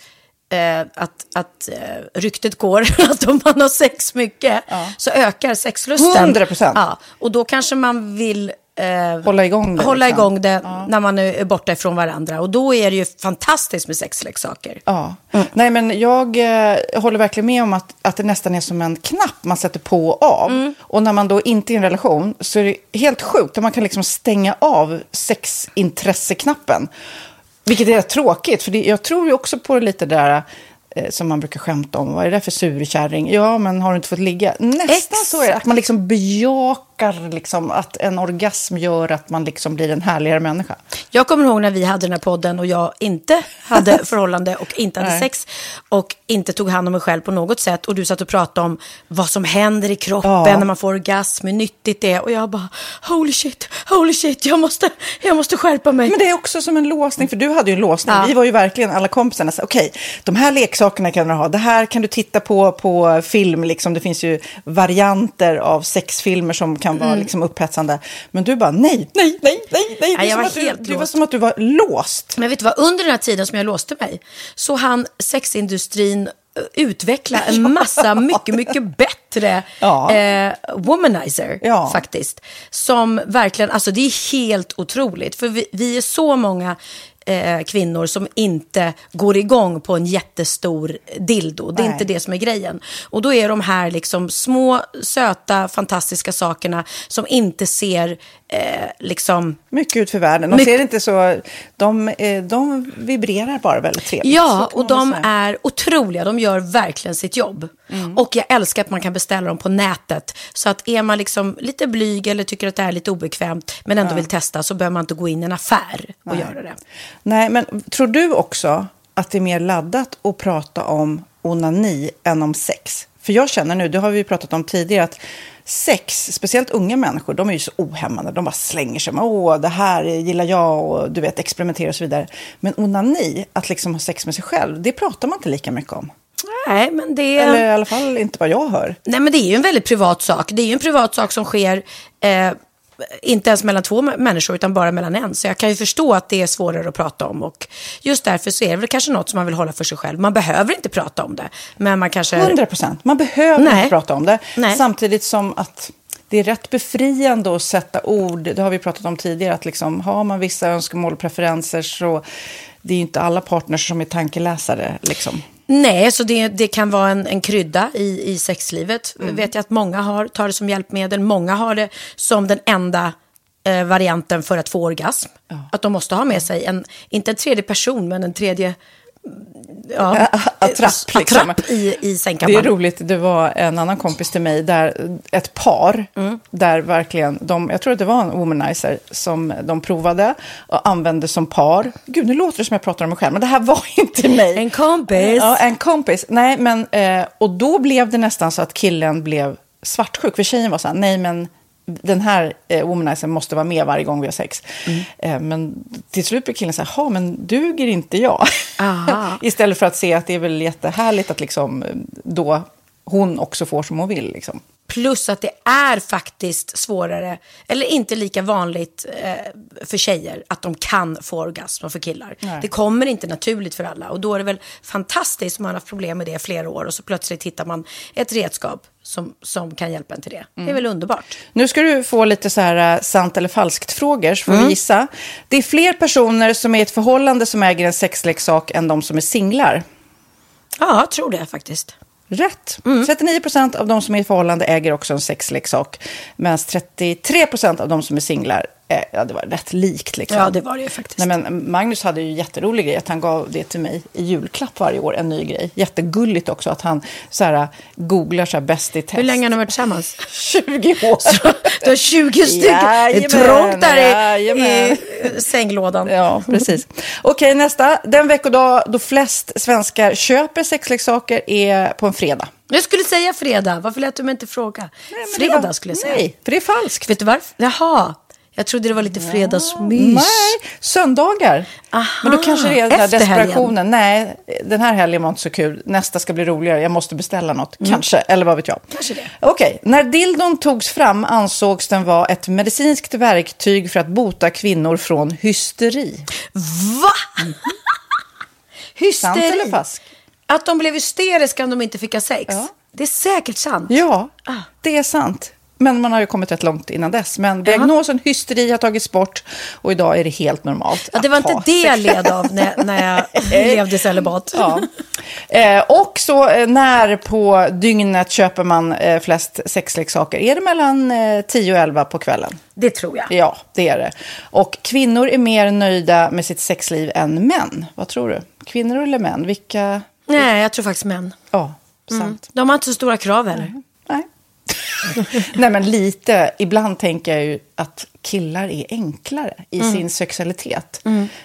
ryktet går att om man har sex mycket så ökar sexlusten.
100%.
Ja, och då kanske man vill
hålla igång
det när man är borta ifrån varandra. Och då är det ju fantastiskt med sexleksaker.
Ja. Nej, men jag håller verkligen med om att det nästan är som en knapp man sätter på och av. Och när man då inte är i en relation så är det helt sjukt att man kan liksom stänga av sexintresseknappen. Vilket är tråkigt, för jag tror ju också på det lite där som man brukar skämta om. Vad är det för surkärring? Ja, men har du inte fått ligga? Nästan så är det. Att man liksom bejakar liksom, att en orgasm gör att man liksom blir en härligare människa.
Jag kommer ihåg när vi hade den här podden och jag inte hade förhållande och inte hade sex och inte tog hand om mig själv på något sätt. Och du satt och pratade om vad som händer i kroppen när man får orgasm, hur nyttigt det är. Och jag bara, holy shit, jag måste skärpa mig.
Men det är också som en låsning, för du hade ju en låsning. Vi var ju verkligen alla kompisarna. Okej, de här leksakerna kan du ha. Det här kan du titta på film. Liksom. Det finns ju varianter av sexfilmer som kan vara liksom upphetsande. Men du bara, nej. Det var som att du var låst.
Men vet du vad, under den här tiden som jag låste mig så hann sexindustrin utveckla en massa mycket bättre womanizer faktiskt. Som verkligen, alltså det är helt otroligt. För vi är så många kvinnor som inte går igång på en jättestor dildo. Det är inte det som är grejen. Och då är de här liksom små, söta, fantastiska sakerna som inte ser liksom...
mycket ut för världen. De ser inte så... De vibrerar bara väldigt trevligt.
Ja, och de är otroliga. De gör verkligen sitt jobb. Och jag älskar att man kan beställa dem på nätet. Så att är man liksom lite blyg eller tycker att det är lite obekvämt men ändå vill testa, så behöver man inte gå in i en affär och göra det.
Nej, men tror du också att det är mer laddat att prata om onani än om sex? För jag känner nu, det har vi pratat om tidigare, att sex, speciellt unga människor, de är ju så ohämmande. De bara slänger sig med, det här gillar jag och du vet, experimentera och så vidare. Men onani, att liksom ha sex med sig själv, det pratar man inte lika mycket om.
Nej, men det...
Eller i alla fall inte vad jag hör.
Nej, men det är ju en väldigt privat sak. Det är ju en privat sak som sker... inte ens mellan två människor utan bara mellan en. Så jag kan ju förstå att det är svårare att prata om. Och just därför så är det väl kanske något som man vill hålla för sig själv. Man behöver inte prata om det. Men man kanske...
100%. Man behöver inte prata om det. Nej. Samtidigt som att det är rätt befriande att sätta ord. Det har vi pratat om tidigare. Att liksom, har man vissa önskemål och preferenser så det är ju inte alla partners som är tankeläsare liksom.
Nej, så det kan vara en krydda i sexlivet. Vet jag att många tar det som hjälpmedel. Många har det som den enda varianten för att få orgasm. Ja. Att de måste ha med sig inte en tredje person, men en tredje... attrapp i sängkammaren.
Det är roligt, det var en annan kompis till mig där ett par där verkligen jag tror att det var en womanizer som de provade och använde som par. Gud, nu låter det som jag pratar om mig själv, men det här var inte mig.
En kompis.
Ja, en kompis. Nej, men och då blev det nästan så att killen blev svartsjuk, för tjejen var så här, nej men den här womanizern måste vara med varje gång vi har sex. Men till slut blir killen så här, men duger inte jag? Istället för att se att det är väl jättehärligt att liksom, då hon också får som hon vill. Liksom.
Plus att det är faktiskt svårare, eller inte lika vanligt för tjejer att de kan få orgasm för killar. Nej. Det kommer inte naturligt för alla. Och då är det väl fantastiskt om man har haft problem med det i flera år och så plötsligt hittar man ett redskap som kan hjälpa en till det. Det är väl underbart.
Nu ska du få lite så här sant eller falskt frågor, så får vi gissa. Det är fler personer som är i ett förhållande som äger en sexleksak än de som är singlar.
Ja, jag tror det faktiskt.
Rätt. 39% av de som är i förhållande äger också en sexleksak. Medan 33% av de som är singlar, det var rätt likt. Liksom.
Ja, det var det faktiskt.
Nej, men Magnus hade ju jätterolig grej att han gav det till mig i julklapp varje år, en ny grej. Jättegulligt också att han så här, googlar så här bäst i test.
Hur länge har ni varit tillsammans?
20 år.
Så, du har 20 stycken. Det är trångt där i sänglådan.
Ja, precis. Okej, nästa. Den veckodag då flest svenskar köper sexleksaker är på en fredag.
Jag skulle säga fredag. Varför lät du mig inte fråga? Fredag skulle jag säga.
Nej, för det är falskt.
Vet du varför? Jaha. Jag trodde det var lite fredagsmys.
Nej, söndagar. Aha, men då kanske det är den här desperationen. Helgen. Nej, den här helgen var inte så kul. Nästa ska bli roligare. Jag måste beställa något. Kanske, eller vad vet jag.
Kanske det.
Okej, när dildon togs fram ansågs den vara ett medicinskt verktyg för att bota kvinnor från hysteri.
Va? Hysteri?
Sant eller falskt?
Att de blev hysteriska om de inte fick ha sex. Ja. Det är säkert sant.
Ja, det är sant. Men man har ju kommit rätt långt innan dess. Men diagnosen hysteri har tagits bort och idag är det helt normalt.
Ja, det var inte det jag led av när jag levde celibat.
Ja. Och så när på dygnet köper man flest sexleksaker? Är det mellan 10 och 11 på kvällen?
Det tror jag.
Ja, det är det. Och kvinnor är mer nöjda med sitt sexliv än män. Vad tror du? Kvinnor eller män? Vilka?
Nej, jag tror faktiskt män.
Ja, sant.
De har inte så stora krav heller.
Nej. Nej, men lite. Ibland tänker jag ju att killar är enklare i sin sexualitet.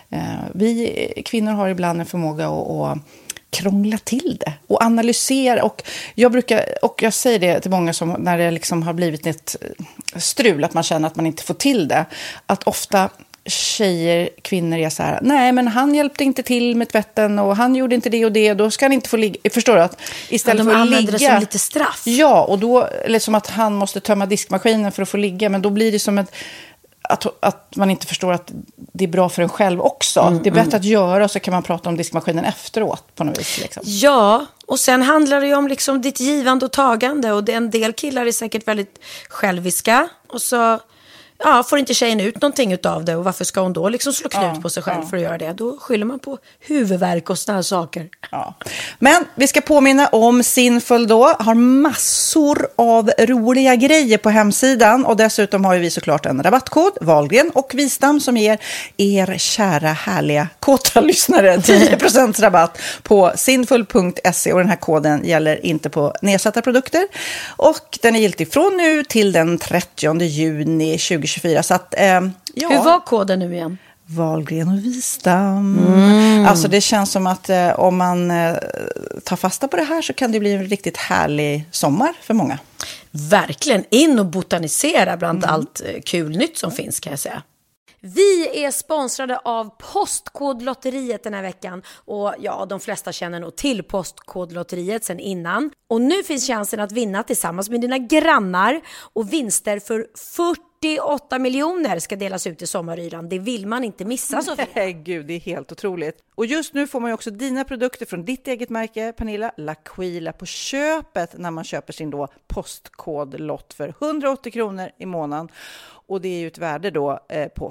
Vi kvinnor har ibland en förmåga att krångla till det och analysera. Och jag säger det till många som när det liksom har blivit ett strul, att man känner att man inte får till det. Att ofta kvinnor är så här, nej men han hjälpte inte till med tvätten och han gjorde inte det och det, då ska han inte få ligga. Förstår du? Att istället för att ligga,
det som lite straff.
Ja, och då eller som att han måste tömma diskmaskinen för att få ligga, men då blir det som att man inte förstår att det är bra för en själv också. Det är bättre att göra, och så kan man prata om diskmaskinen efteråt på något vis. Liksom.
Ja, och sen handlar det ju om liksom ditt givande och tagande. Och en del killar är säkert väldigt själviska. Och så får inte tjejen ut någonting utav det. Och varför ska hon då liksom slå knut på sig själv för att göra det? Då skyller man på huvudvärk och såna här saker. Ja.
Men vi ska påminna om Sinful då. Har massor av roliga grejer på hemsidan. Och dessutom har vi såklart en rabattkod, Wahlgren och Wistam, som ger er kära, härliga, kåta lyssnare 10% rabatt på sinful.se. Och den här koden gäller inte på nedsatta produkter. Och den är giltig från nu till den 30 juni 2024. Så att,
hur var koden nu igen?
Wahlgren och Wistam. Alltså det känns som att om man tar fasta på det här så kan det bli en riktigt härlig sommar för många.
Verkligen, in och botanisera bland allt kul nytt som finns, kan jag säga. Vi är sponsrade av Postkodlotteriet den här veckan. Och de flesta känner nog till Postkodlotteriet sedan innan. Och nu finns chansen att vinna tillsammans med dina grannar. Och vinster för 48 miljoner ska delas ut i sommaryran. Det vill man inte missa, Sofia.
Gud, det är helt otroligt. Och just nu får man ju också dina produkter från ditt eget märke, Pernilla, L'Aquila, på köpet när man köper sin då postkodlott för 180 kronor i månaden. Och det är ju ett värde då på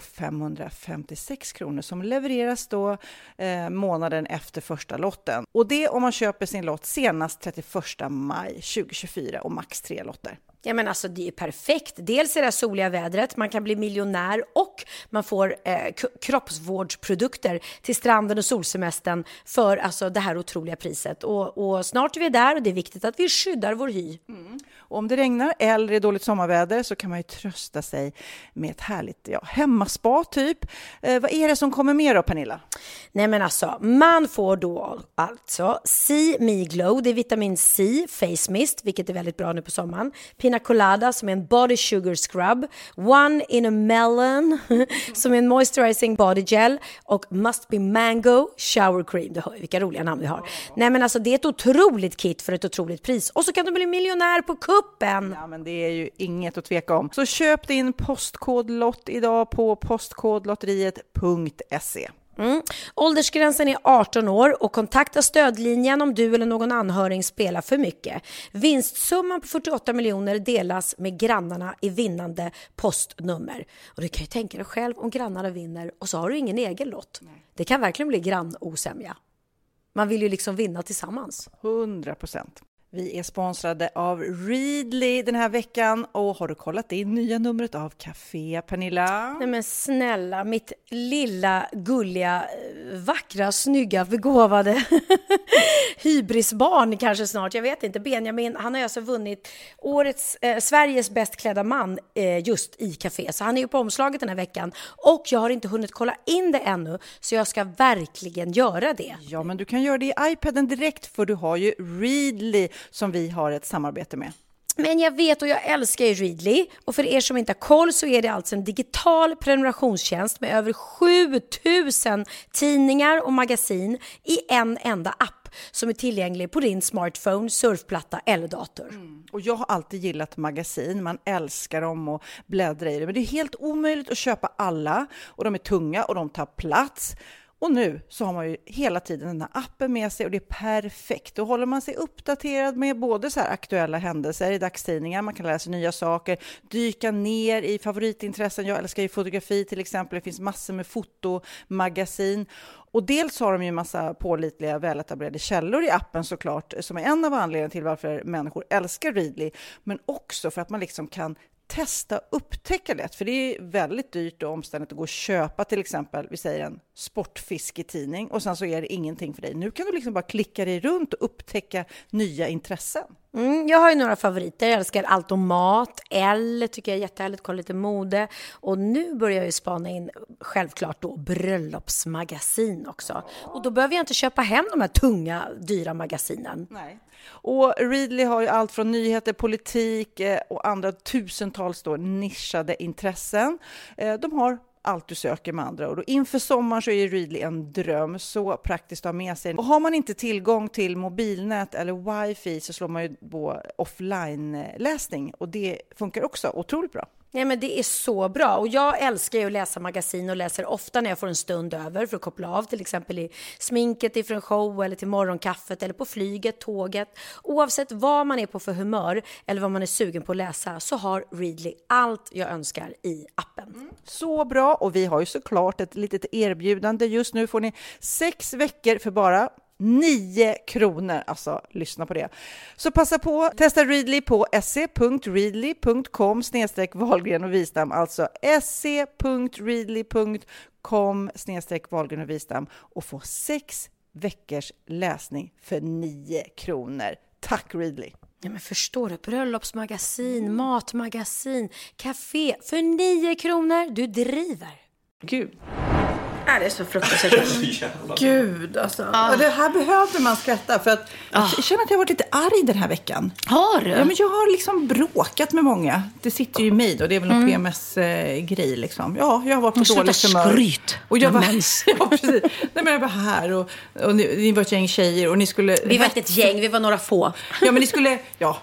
556 kronor som levereras då månaden efter första lotten. Och det om man köper sin lott senast 31 maj 2024 och max 3 lotter.
Ja, men alltså det är perfekt. Dels är det soliga vädret, man kan bli miljonär och man får kroppsvårdsprodukter till stranden och solsemestern för alltså det här otroliga priset. Och snart är vi där och det är viktigt att vi skyddar vår hy.
Och om det regnar eller är dåligt sommarväder så kan man ju trösta sig med ett härligt hemmaspa typ. Vad är det som kommer med då, Pernilla?
Nej, men alltså man får då alltså See Me Glow, det är vitamin C face mist, vilket är väldigt bra nu på sommaren. Pina Colada som är en body sugar scrub, One in a Melon som är en moisturizing body gel och Must Be Mango shower cream. Du hör vilka roliga namn vi har. Nej, men alltså det är ett otroligt kit för ett otroligt pris. Och så kan du bli miljonär på kuppen.
Ja, men det är ju inget att tveka om. Så köp din postkodlott idag på postkodlotteriet.se.
Åldersgränsen är 18 år och kontakta stödlinjen om du eller någon anhörig spelar för mycket. Vinstsumman på 48 miljoner delas med grannarna i vinnande postnummer. Och du kan ju tänka dig själv om grannarna vinner och så har du ingen egen lott. Nej. Det kan verkligen bli grannosämja. Man vill ju liksom vinna tillsammans.
100%. Vi är sponsrade av Readly den här veckan. Och har du kollat in nya numret av Café, Pernilla?
Nej men snälla, mitt lilla, gulliga, vackra, snygga, begåvade hybrisbarn kanske snart. Jag vet inte. Benjamin, han har alltså vunnit årets Sveriges bäst klädda man just i Café. Så han är ju på omslaget den här veckan. Och jag har inte hunnit kolla in det ännu. Så jag ska verkligen göra det.
Ja, men du kan göra det i iPaden direkt för du har ju Readly som vi har ett samarbete med.
Men jag vet och jag älskar ju Readly. Och för er som inte har koll så är det alltså en digital prenumerationstjänst med över 7000 tidningar och magasin i en enda app som är tillgänglig på din smartphone, surfplatta eller dator.
Och jag har alltid gillat magasin. Man älskar dem och bläddra i det. Men det är helt omöjligt att köpa alla. Och de är tunga och de tar plats. Och nu så har man ju hela tiden den här appen med sig och det är perfekt. Då håller man sig uppdaterad med både så här aktuella händelser i dagstidningar. Man kan läsa nya saker, dyka ner i favoritintressen. Jag älskar ju fotografi till exempel. Det finns massor med fotomagasin. Och dels har de ju en massa pålitliga, väletablerade källor i appen såklart. Som är en av anledningarna till varför människor älskar Readly. Men också för att man liksom kan testa upptäcka lätt, för det är väldigt dyrt och omständigt att gå och köpa till exempel, vi säger en sportfisketidning och sen så är det ingenting för dig. Nu kan du liksom bara klicka dig runt och upptäcka nya intressen.
Jag har ju några favoriter. Jag älskar allt om mat. Elle tycker jag är jättehärligt. Kolla lite mode. Och nu börjar jag ju spana in självklart då bröllopsmagasin också. Och då behöver jag inte köpa hem de här tunga, dyra magasinen.
Nej. Och Readly har ju allt från nyheter, politik och andra tusentals då nischade intressen. De har allt du söker med andra. Och då inför sommaren så är Readly en dröm, så praktiskt att ha med sig. Och har man inte tillgång till mobilnät eller wifi så slår man ju på offline-läsning. Och det funkar också otroligt bra.
Nej, men det är så bra. Och jag älskar ju att läsa magasin och läser ofta när jag får en stund över för att koppla av. Till exempel i sminket ifrån show eller till morgonkaffet eller på flyget, tåget. Oavsett vad man är på för humör eller vad man är sugen på att läsa så har Readly allt jag önskar i appen.
Så bra, och vi har ju såklart ett litet erbjudande. Just nu får ni 6 veckor för bara 9 kronor, alltså lyssna på det. Så passa på, testa Readly på se.readly.com/Wahlgren och Wistam, alltså se.readly.com/Wahlgren och Wistam och få 6 veckors läsning för 9 kronor. Tack Readly!
Ja, men förstår du? Bröllopsmagasin, matmagasin, café för 9 kronor. Du driver.
Gud.
Det är så fruktansvärt.
Gud, alltså. Ja. Det här behövde man skratta för att jag känner att jag har varit lite arg den här veckan.
Har du?
Ja, men jag har liksom bråkat med många. Det sitter ju i mig då. Det är väl någon PMS-grej liksom. Ja, jag har varit på dåligt humör.
Skryt.
Och jag var ja, precis. Nej, men jag var här och ni var ett gäng tjejer och ni skulle...
Vi var inte ett gäng, vi var några få.
Ja, men ni skulle... Ja.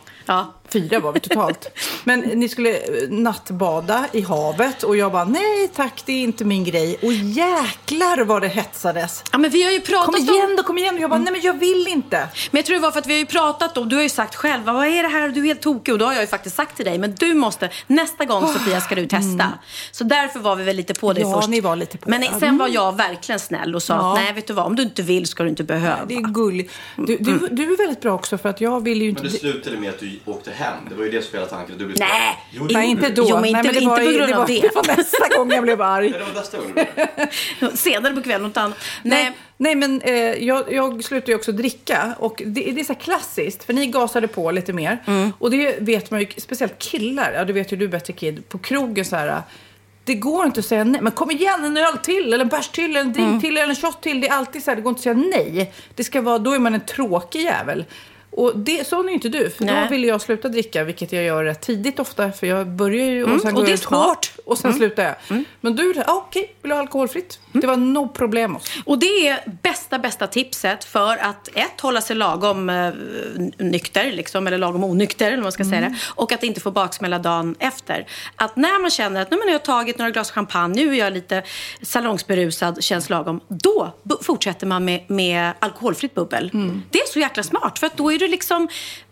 4 var vi totalt. Men ni skulle nattbada i havet och jag bara, nej tack, det är inte min grej. Och jäklar vad det hetsades.
Ja, men vi har ju pratat
kom igen. Och jag bara, nej men jag vill inte.
Men jag tror det var för att vi har ju pratat om, du har ju sagt själv, vad är det här, du är helt tokig. Och då har jag ju faktiskt sagt till dig, men du måste, nästa gång Sofia ska du testa. Så därför var vi väl lite på dig först.
Ja, ni var lite på.
Men sen var jag verkligen snäll och sa, nej vet du vad, om du inte vill ska du inte behöva.
Det är gulligt. Du är väldigt bra också för att jag vill ju inte...
Men det slutade med att du åkte hem. Det var ju det som hela tanken. Du blev
nej, inte då.
Jo, men inte på grund av det.
Det var nästa gång jag blev arg.
Det var nästa gång.
Senare på kvällen, något annat.
Nej, men jag slutade ju också dricka. Och det är så här klassiskt. För ni gasade på lite mer. Och det vet man ju, speciellt killar. Ja, det vet ju du bättre, Kid. På krogen så här... Det går inte att säga nej. Men kom igen, en öl till, eller en bärs till, eller en drink till, eller en shot till. Det är alltid så här, det går inte att säga nej. Det ska vara, då är man en tråkig jävel. Och det, så är ju inte du. För då vill jag sluta dricka, vilket jag gör rätt tidigt ofta. För jag börjar ju och sen går jag hårt. Och sen slutar jag. Men du, okej, vill du ha alkoholfritt? Det var no problem.
Och det är bästa tipset för att hålla sig lagom nykter, liksom, eller lagom onykter, eller vad man ska säga det. Och att inte få baksmälla dagen efter. Att när man känner att nu har jag tagit några glas champagne, nu är jag lite salongsberusad, känns lagom. Då fortsätter man med alkoholfritt bubbel. Det är så jäkla smart, för att då är det liksom...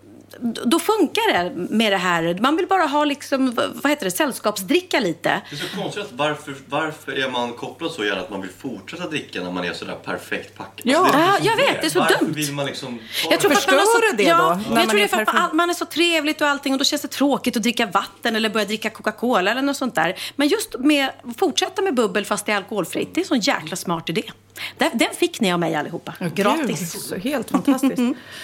Då funkar det med det här. Man vill bara ha liksom, sällskapsdricka lite.
Det är så konstigt att varför är man kopplad så gärna att man vill fortsätta dricka när man är sådär perfekt packad?
Ja, alltså jag vet, det är så
varför
dumt.
Vill man liksom
jag tror
förstår det då?
Ja, jag tror det är för att man är så trevligt och allting och då känns det tråkigt att dricka vatten eller börja dricka Coca-Cola eller något sånt där. Men just med fortsätta med bubbel fast det är alkoholfritt, det är en sån jäkla smart idé. Den fick ni av mig allihopa. Gratis.
Gud, helt fantastiskt.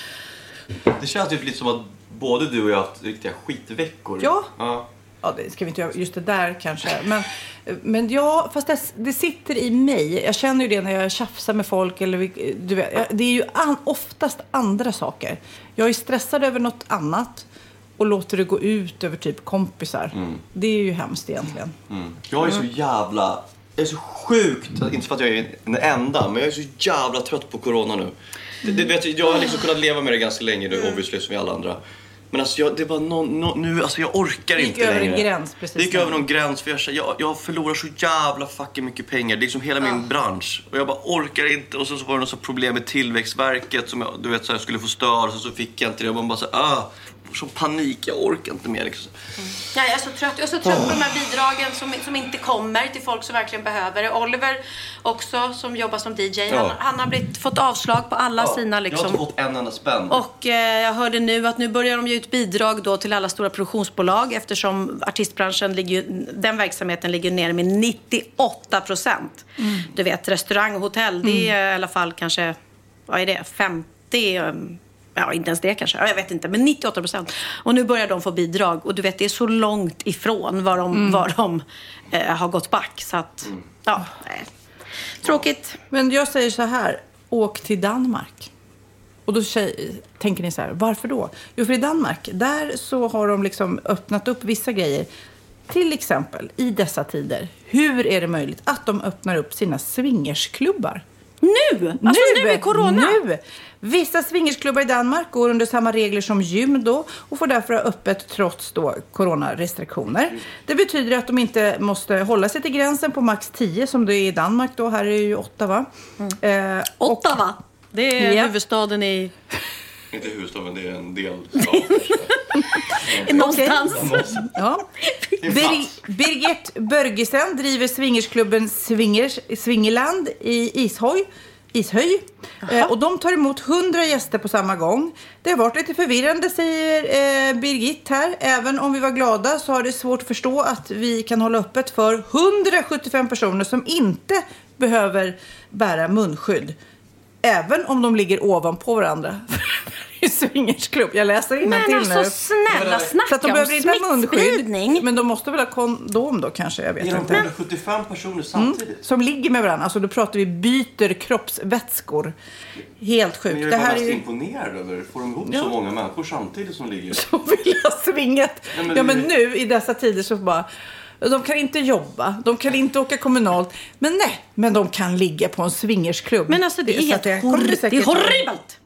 Det känns ju lite som att både du och jag har haft riktiga skitveckor.
Ja, det ska vi inte göra. Just det där kanske. Men ja, fast det sitter i mig. Jag känner ju det när jag tjafsar med folk. Eller, du vet, det är ju oftast andra saker. Jag är stressad över något annat och låter det gå ut över typ kompisar. Det är ju hemskt egentligen.
Jag är så jävla... Jag är så sjukt, inte för att jag är den enda, men jag är så jävla trött på corona nu. Jag har liksom kunnat leva med det ganska länge nu, obviously, som vi alla andra. Men alltså det var nu, alltså jag orkar inte längre.
Det gick över en gräns precis.
Det gick över någon gräns för jag förlorar så jävla fucking mycket pengar. Det är liksom hela min bransch. Och jag bara orkar inte. Och så var det något så problem med Tillväxtverket som jag skulle få stöd. Och så fick jag inte det. Jag bara så så panik, jag orkar inte mer liksom.
Ja, jag är så trött. Jag är så trött på de här bidragen som inte kommer till folk som verkligen behöver det. Oliver också, som jobbar som DJ, han har fått avslag på alla sina liksom.
Jag har inte fått en enda spänn.
Och jag hörde nu att nu börjar de ge ut bidrag då till alla stora produktionsbolag, eftersom artistbranschen den verksamheten ligger ner med 98%. Du vet, restaurang och hotell, det är i alla fall kanske, vad är det, 50%. Ja, inte ens det kanske. Jag vet inte. Men 98%. Och nu börjar de få bidrag. Och du vet, det är så långt ifrån var de har gått back. Så att, nej. Tråkigt.
Men jag säger så här. Åk till Danmark. Och då tänker ni så här. Varför då? Jo, för i Danmark, där så har de liksom öppnat upp vissa grejer. Till exempel, i dessa tider. Hur är det möjligt att de öppnar upp sina swingersklubbar?
Nu är corona.
Nu. Vissa swingersklubbar i Danmark går under samma regler som gym då och får därför ha öppet trots då coronarestriktioner. Det betyder att de inte måste hålla sig till gränsen på max 10 som det är i Danmark då. Här är det ju 8, va?
8, va? Det är huvudstaden i...
Inte huvudstaden, det är en del.
Någonstans.
Ja. Birgit Börgesen driver swingersklubben Swingerland i Ishöj. Och de tar emot 100 gäster på samma gång. Det har varit lite förvirrande, säger Birgit här. Även om vi var glada så har det svårt att förstå att vi kan hålla öppet för 175 personer som inte behöver bära munskydd. Även om de ligger ovanpå varandra. I swingersklubb. Jag läser innantill nu.
Men alltså snälla, snacka om smittspridning.
Men de måste väl ha kondom då kanske, jag vet inte.
175 personer samtidigt.
Som ligger med varandra. Alltså då pratar vi byter kroppsvätskor. Helt sjukt.
Men jag är mest imponerad över. Får de ihop så många människor samtidigt som ligger?
Så vill jag svingat. Men nu i dessa tider så bara... De kan inte jobba, de kan inte åka kommunalt. Men de kan ligga på en swingersklubb.
Men alltså det är horribelt.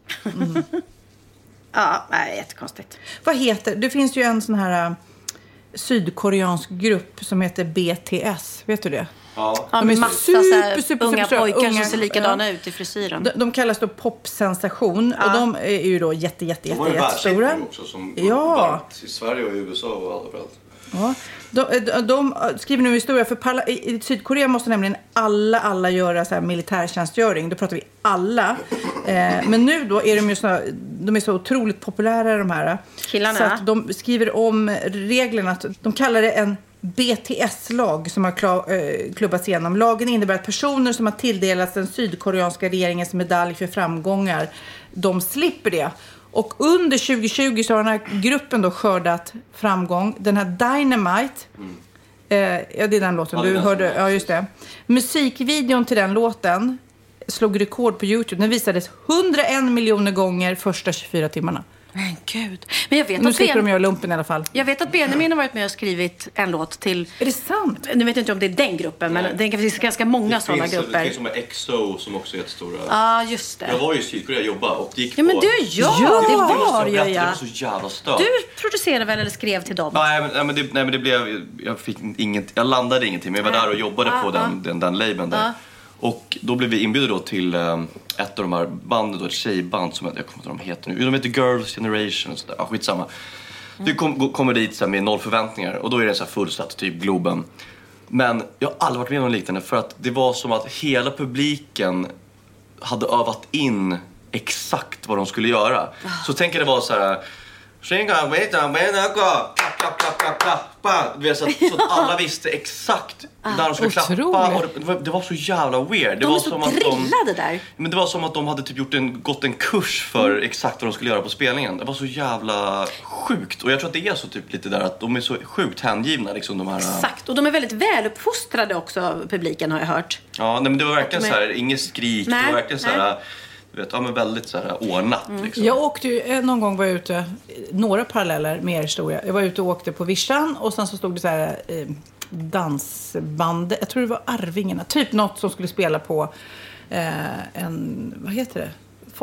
Ja, nej, jättekonstigt.
Vad heter, det finns ju en sån här sydkoreansk grupp som heter BTS, vet du det?
Ja.
De är super unga pojkar som ser likadana ut i frisyren.
De kallas då popsensation och de är ju då jättestora.
De var också som i Sverige och i USA och överallt.
Ja, de skriver nu historia för i Sydkorea måste nämligen alla göra så här militärtjänstgöring. Då pratar vi alla. Men nu då är de är så otroligt populära de här
killarna.
Så att de skriver om reglerna. De kallar det en BTS-lag som har klubbats igenom. Lagen innebär att personer som har tilldelats den sydkoreanska regeringens medalj för framgångar, de slipper det. Och under 2020 så har den här gruppen då skördat framgång. Den här Dynamite. Det är den låten du hörde. Ja, just det. Musikvideon till den låten slog rekord på YouTube. Den visades 101 miljoner gånger första 24 timmarna.
Men gud. Men jag vet
nu slipper de göra lumpen i alla fall.
Jag vet att Benjamin har varit med och skrivit en låt till...
Är det sant?
Nu vet jag inte om det är den gruppen, men det finns ganska många sådana grupper.
Det finns som EXO som också är jättestora.
Ja, just det.
Jag var ju i Sydkorea och jobbade och gick
på... Men du, det var ju
jag. Det var så jävla stört.
Du producerade väl eller skrev till dem?
Nej, men det blev... Jag landade ingenting, men jag var där och jobbade på den labeln där. Och då blev vi inbjudna då till ett av de här banden, då ett tjejband som jag kommer inte ihåg vad de heter nu. De heter Girls' Generation och sådär. Ja, skitsamma. Du kommer dit så här, med 0 förväntningar och då är det så här fullsatt, typ Globen. Men jag har aldrig varit med om något liknande för att det var som att hela publiken hade övat in exakt vad de skulle göra. Så tänk att det var så här... Så att alla visste exakt där de skulle klappa. Och det var så jävla weird.
De var så drillade där.
Men det var som att de hade typ gått en kurs för exakt vad de skulle göra på spelningen. Det var så jävla sjukt. Och jag tror att det är så typ lite där att de är så sjukt hängivna liksom, de här...
Exakt, och de är väldigt väluppfostrade också, publiken har jag hört.
Ja, nej, men det var verkligen så här, inget skrik. Nej, det var verkligen så här... men väldigt så här ordnat. Liksom.
Jag åkte ju, någon gång var jag ute, några paralleller med er historia. Jag var ute och åkte på Vischan och sen så stod det så här dansband. Jag tror det var Arvingarna. Typ något som skulle spela på vad heter det?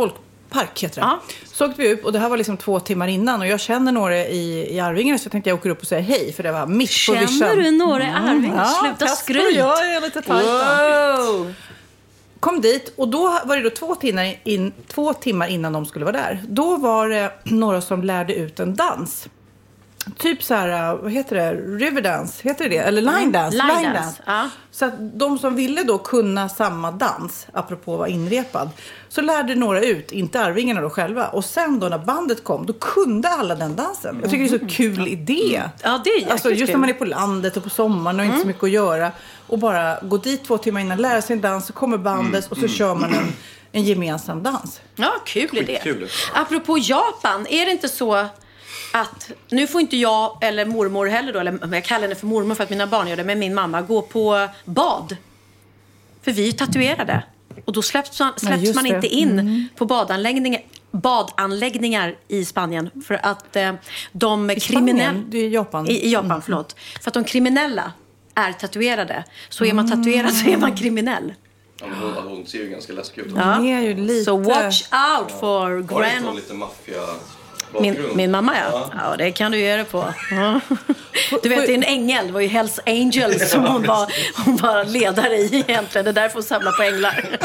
park heter det.
Ja.
Så åkte vi upp och det här var liksom 2 timmar innan och jag känner några i Arvingarna så jag tänkte jag åker upp och säger hej för det var mitt på vischan.
Känner du några i Arvingarna? Sluta skryt.
Jag är lite tajta. Kom dit och då var det då 2 timmar innan de skulle vara där. Då var det några som lärde ut en dans. Typ så här, vad heter det? Riverdance, heter det? Eller line dance.
Line dance. Ja.
Så att de som ville då kunna samma dans, apropå att vara inrepad, så lärde några ut, inte Arvingarna då själva. Och sen då när bandet kom, då kunde alla den dansen. Jag tycker det är så kul idé.
Ja, det är jäkligt
alltså, just
kul.
när man är på landet och på sommaren och inte så mycket att göra. Och bara gå dit 2 timmar innan, lära sig en dans, så kommer bandet och så kör man en gemensam dans.
Ja, kul idé.
Kul.
Apropå Japan, är det inte så att nu får inte jag eller mormor heller då, eller jag kallar henne för mormor för att mina barn gör det, men min mamma går på bad. För vi är tatuerade. Och då släpps man inte in på badanläggningar i Spanien för att de kriminella
det är Japan.
I Japan, förlåt. För att de kriminella är tatuerade. Så är man tatuerad så är man kriminell.
Ja, hon ser ju ganska läskig ut.
Ja. Är ju lite...
So watch out for grandma.
Lite maffia.
Min mamma, ja, det kan du göra på. Ja. Du vet, det är en ängel. Det var ju Hells Angels som hon var ledare i egentligen. Det är därför hon samlar på änglar.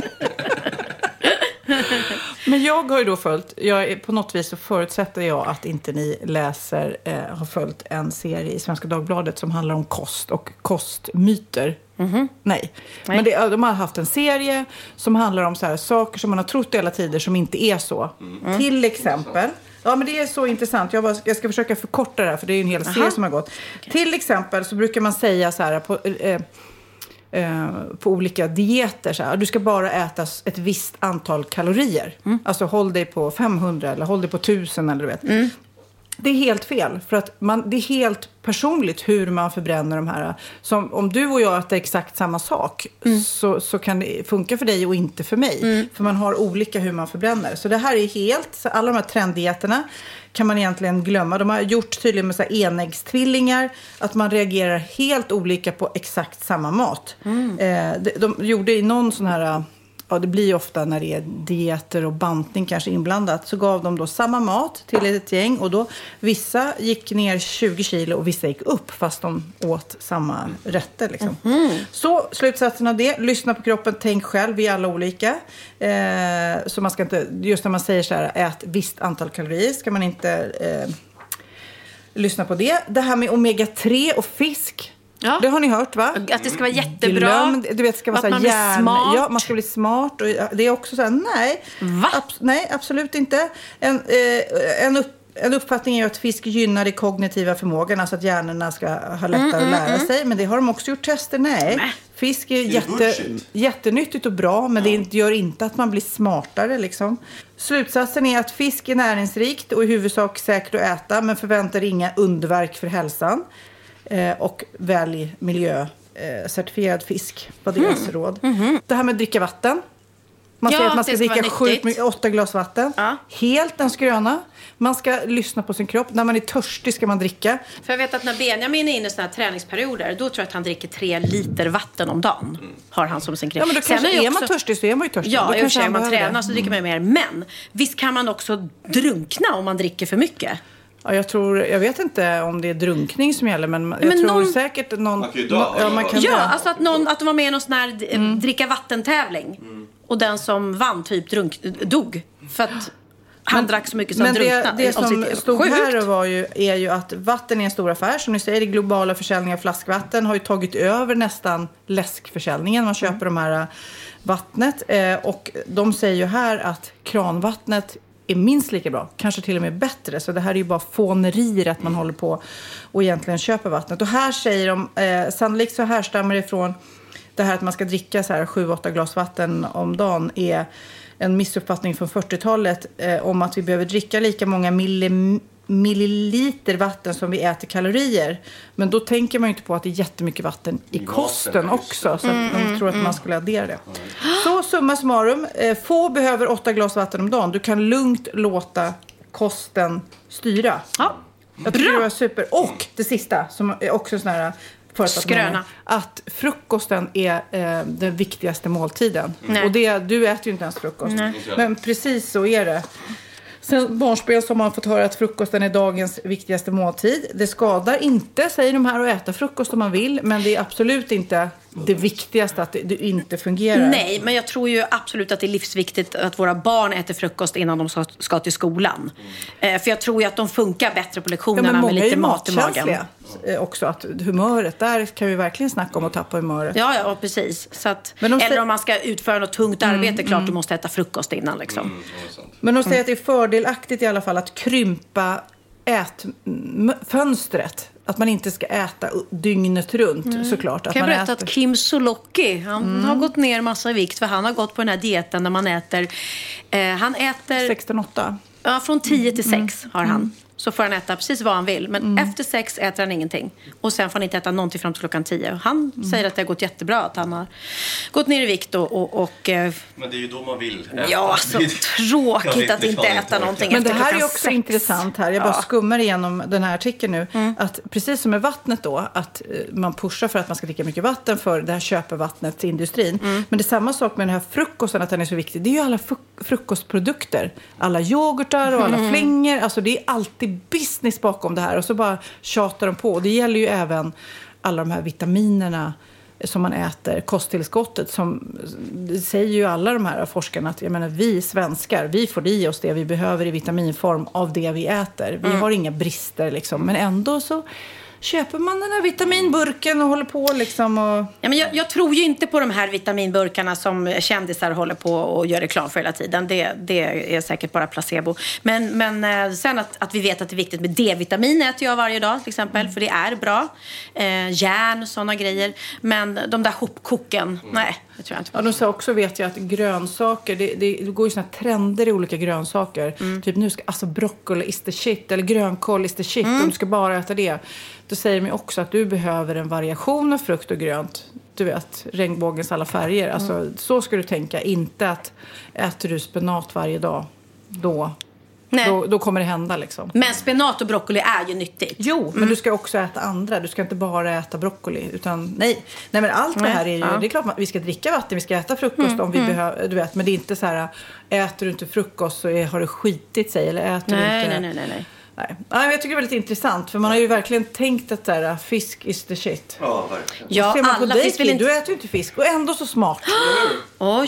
Men jag har ju då följt, på något vis så förutsätter jag att inte ni har följt en serie i Svenska Dagbladet som handlar om kost och kostmyter. Nej. Men de har haft en serie som handlar om så här saker som man har trott i alla tider som inte är så. Till exempel... Ja, men det är så intressant. Jag ska försöka förkorta det här, för det är ju en hel serie som har gått. Okay. Till exempel så brukar man säga så här på olika dieter så här, du ska bara äta ett visst antal kalorier. Alltså håll dig på 500 eller håll dig på 1000 eller du vet. Det är helt fel, för att det är helt personligt hur man förbränner de här. Som om du och jag äter exakt samma sak så kan det funka för dig och inte för mig. För man har olika hur man förbränner. Så det här är helt, så alla de här trenddieterna kan man egentligen glömma. De har gjort tydligen med så här enäggstvillingar att man reagerar helt olika på exakt samma mat. De gjorde i någon sån här... Ja, det blir ofta när det är dieter och bantning kanske inblandat. Så gav de då samma mat till ett gäng. Och då vissa gick ner 20 kilo och vissa gick upp fast de åt samma rätter. Liksom. Så slutsatsen av det. Lyssna på kroppen, tänk själv. Vi är alla olika. Så man ska inte, just när man säger så här, ät visst antal kalorier ska man inte lyssna på det. Det här med omega-3 och fisk. Ja. Det har ni hört, va? Att det ska vara jättebra. Du vet, ska vara att man blir smart. Ja, man ska bli smart. Och det är också så här, nej. Va? Nej, absolut inte. En uppfattning är ju att fisk gynnar den kognitiva förmågan. Alltså att hjärnorna ska ha lättare att lära sig. Men det har de också gjort tester. Nej. Fisk är jättenyttigt och bra. Men det gör inte att man blir smartare liksom. Slutsatsen är att fisk är näringsrikt och i huvudsak säkert att äta. Men förväntar inga underverk för hälsan. Och välj miljöcertifierad fisk. Vad deras råd. Det här med att dricka vatten. Man säger att man ska dricka 8 glas vatten. Ja. Helt en skröna. Man ska lyssna på sin kropp. När man är törstig ska man dricka.
För jag vet att när Benjamin är inne i såna här träningsperioder, då tror jag att han dricker 3 liter vatten om dagen. Har han som sin grej.
Ja, men då kanske är man törstig så är man ju törstig.
Ja, i och för sig man tränar så dricker man mer. Men visst kan man också drunkna om man dricker för mycket.
Ja, jag vet inte om det är drunkning som gäller, men jag tror säkert någon...
Man kan ju dö.
Alltså att de var med i någon sån här dricka vattentävling. Och den som vann typ dog. För att han drack så mycket som drunknade.
Men det som stod här är ju att vatten är en stor affär. Som ni säger, det globala försäljningen av flaskvatten har ju tagit över nästan läskförsäljningen. Man köper de här vattnet. Och de säger ju här att kranvattnet är minst lika bra, kanske till och med bättre. Så det här är ju bara fånerier att man håller på och egentligen köper vattnet. Och här säger de, sannolikt så härstammar det ifrån det här att man ska dricka så här 7-8 glas vatten om dagen är en missuppfattning från 40-talet om att vi behöver dricka lika många milliliter vatten som vi äter kalorier. Men då tänker man ju inte på att det är jättemycket vatten i kosten också. Så att de tror att man skulle addera det. Så summa summarum. Få behöver 8 glas vatten om dagen. Du kan lugnt låta kosten styra.
Ja.
Jag tycker det var super. Och det sista som är också sån här
Skröna.
Att frukosten är den viktigaste måltiden.
Nej.
Och du äter ju inte ens frukost.
Nej.
Men precis så är det. Sen barnspel så har man fått höra att frukosten är dagens viktigaste måltid. Det skadar inte, säger de här, att äta frukost om man vill. Men det är absolut inte det viktigaste att det inte fungerar.
Nej, men jag tror ju absolut att det är livsviktigt att våra barn äter frukost innan de ska till skolan. För jag tror ju att de funkar bättre på lektionerna med lite mat i magen.
Också att humöret, där kan vi verkligen snacka om att tappa humöret.
Ja, precis. Så att, eller om man ska utföra något tungt arbete, klart du måste äta frukost innan. Liksom.
Men de säger att det är fördelaktigt i alla fall att krympa ätfönstret. Att man inte ska äta dygnet runt, såklart. Att
kan jag
man
berätta att Kim Sulocki, han har gått ner massa i vikt. För han har gått på den här dieten där man äter... han äter...
16-8?
Ja, från 10 till 6 har han. Så får han äta precis vad han vill. Men efter 6 äter han ingenting. Och sen får han inte äta någonting fram till klockan 10. Han säger att det har gått jättebra. Att han har gått ner i vikt och
men det är ju då man vill äta.
Ja, så tråkigt att inte äta någonting.
Men det här är också
6.
intressant här. Jag bara skummar igenom den här artikeln nu. Att precis som med vattnet då. Att man pushar för att man ska dricka mycket vatten. För det här köper vattnet till industrin. Men det är samma sak med den här frukosten. Att den är så viktig. Det är ju alla frukostprodukter. Alla yoghurtar och alla flingor. Alltså det är alltid business bakom det här. Och så bara tjatar de på. Och det gäller ju även alla de här vitaminerna som man äter, kosttillskottet, som säger ju alla de här forskarna att jag menar, vi svenskar, vi får i oss det vi behöver i vitaminform av det vi äter. Vi har inga brister liksom, men ändå så köper man den här vitaminburken och håller på liksom och...
Ja, men jag tror ju inte på de här vitaminburkarna som kändisar håller på och gör reklam för hela tiden. Det är säkert bara placebo. Men sen att vi vet att det är viktigt med D-vitamin äter jag varje dag till exempel. För det är bra. Järn, sådana grejer. Men de där hopkoken, nej, det tror jag inte på.
Ja, de sa också, vet jag, att grönsaker, det går ju såna trender i olika grönsaker. Typ nu ska, alltså broccoli is the shit, eller grönkål is the shit, om du ska bara äta det. Då säger de också att du behöver en variation av frukt och grönt. Du vet, regnbågens alla färger. Alltså, så ska du tänka. Inte att äter du spenat varje dag, då kommer det hända liksom.
Men spenat och broccoli är ju nyttigt.
Jo, men du ska också äta andra. Du ska inte bara äta broccoli. Utan, nej men allt det här är ju... Det är klart att vi ska dricka vatten, vi ska äta frukost om vi behöver, du vet. Men det är inte så här, äter du inte frukost så har det skitit sig. Eller äter du inte...
Nej.
Nej, jag tycker det är väldigt intressant. För man har ju verkligen tänkt att där, fisk is the shit.
Ja, verkligen.
Ja,
ser man på
alla
dig,
fisk vill inte...
Du äter ju inte fisk och ändå så smart.
Oj.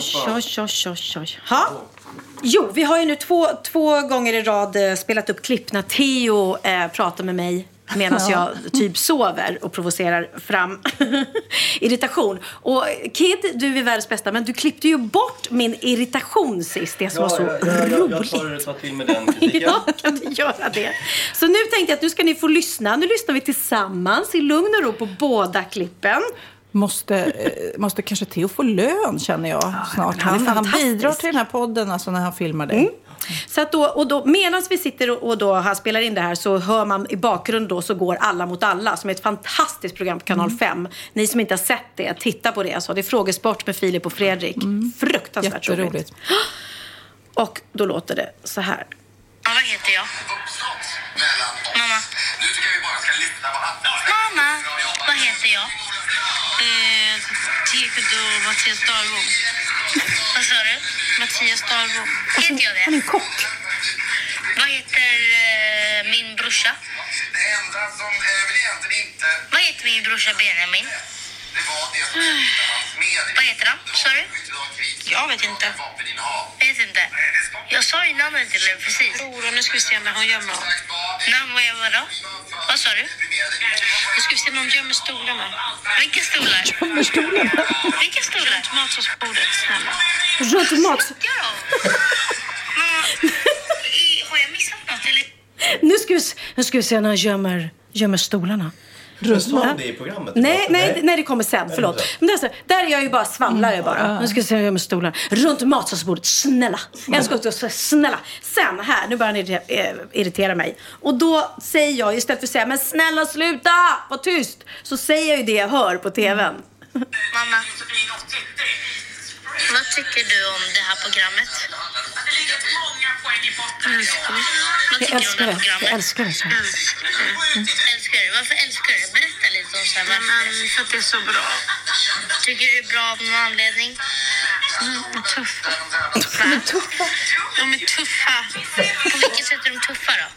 Ha? Jo, vi har ju nu två gånger i rad spelat upp klipp när Theo pratar med mig medan jag typ sover och provocerar fram irritation. Och Kid, du är världens bästa, men du klippte ju bort min irritation sist. Det som var så roligt.
Jag tar till med den kritiken.
Ja, kan du göra det? Så nu tänkte jag att nu ska ni få lyssna. Nu lyssnar vi tillsammans i lugn och ro på båda klippen.
Måste kanske Theo få lön, känner jag snart. Han bidrar till den här podden alltså, när han filmar dig.
Så att då medan vi sitter och då han spelar in det här så hör man i bakgrunden då så går Alla mot alla som är ett fantastiskt program på kanal 5. Ni som inte har sett det, titta på det. Alltså. Det är frågesport med Filip och Fredrik. Fruktansvärt roligt. Och då låter det så här.
Ja, vad heter jag? Mamma. Mamma, vad heter jag? Tekodo Mattias Dahlbom. Vad sa du? Mattias Dahlbom. Heter jag det?
Han är kock.
Vad heter min brorsa?
Det enda som väl egentligen inte...
Vad heter min brorsa Benjamin?
Det var det som
Vad heter han? Sa du? Jag vet inte. Vet inte. Jag sa ju namnet till dig precis. Nu ska vi se när hon gömmer dem. Namn, vad då? Vad sa du? Nu ska vi se när hon gömmer stolarna. Vilka stolar?
Gömmer stolarna?
Vilka stolar? Runt matsalsbordet, snälla.
Runt mat.
Har jag missat något eller?
Nu ska vi se när han gömmer stolarna.
Det i programmet?
Nej, det kommer sen, förlåt. Men det är så, där är jag ju bara svamlare bara. Nu ska jag se med stolarna. Runt matsalsbordet, snälla. Jag ska också snälla. Sen här, nu börjar ni irritera mig. Och då säger jag, istället för att säga, men snälla sluta, var tyst. Så säger jag ju det jag hör på tvn.
Mamma, vad tycker du om det här programmet?
Jag älskar det.
Älskar du? Varför älskar du? Berätta lite så här, för att det är så bra. Tycker du det är bra av någon anledning? Tuffa. Tuffa? De är tuffa. På vilket sätt är de tuffa då?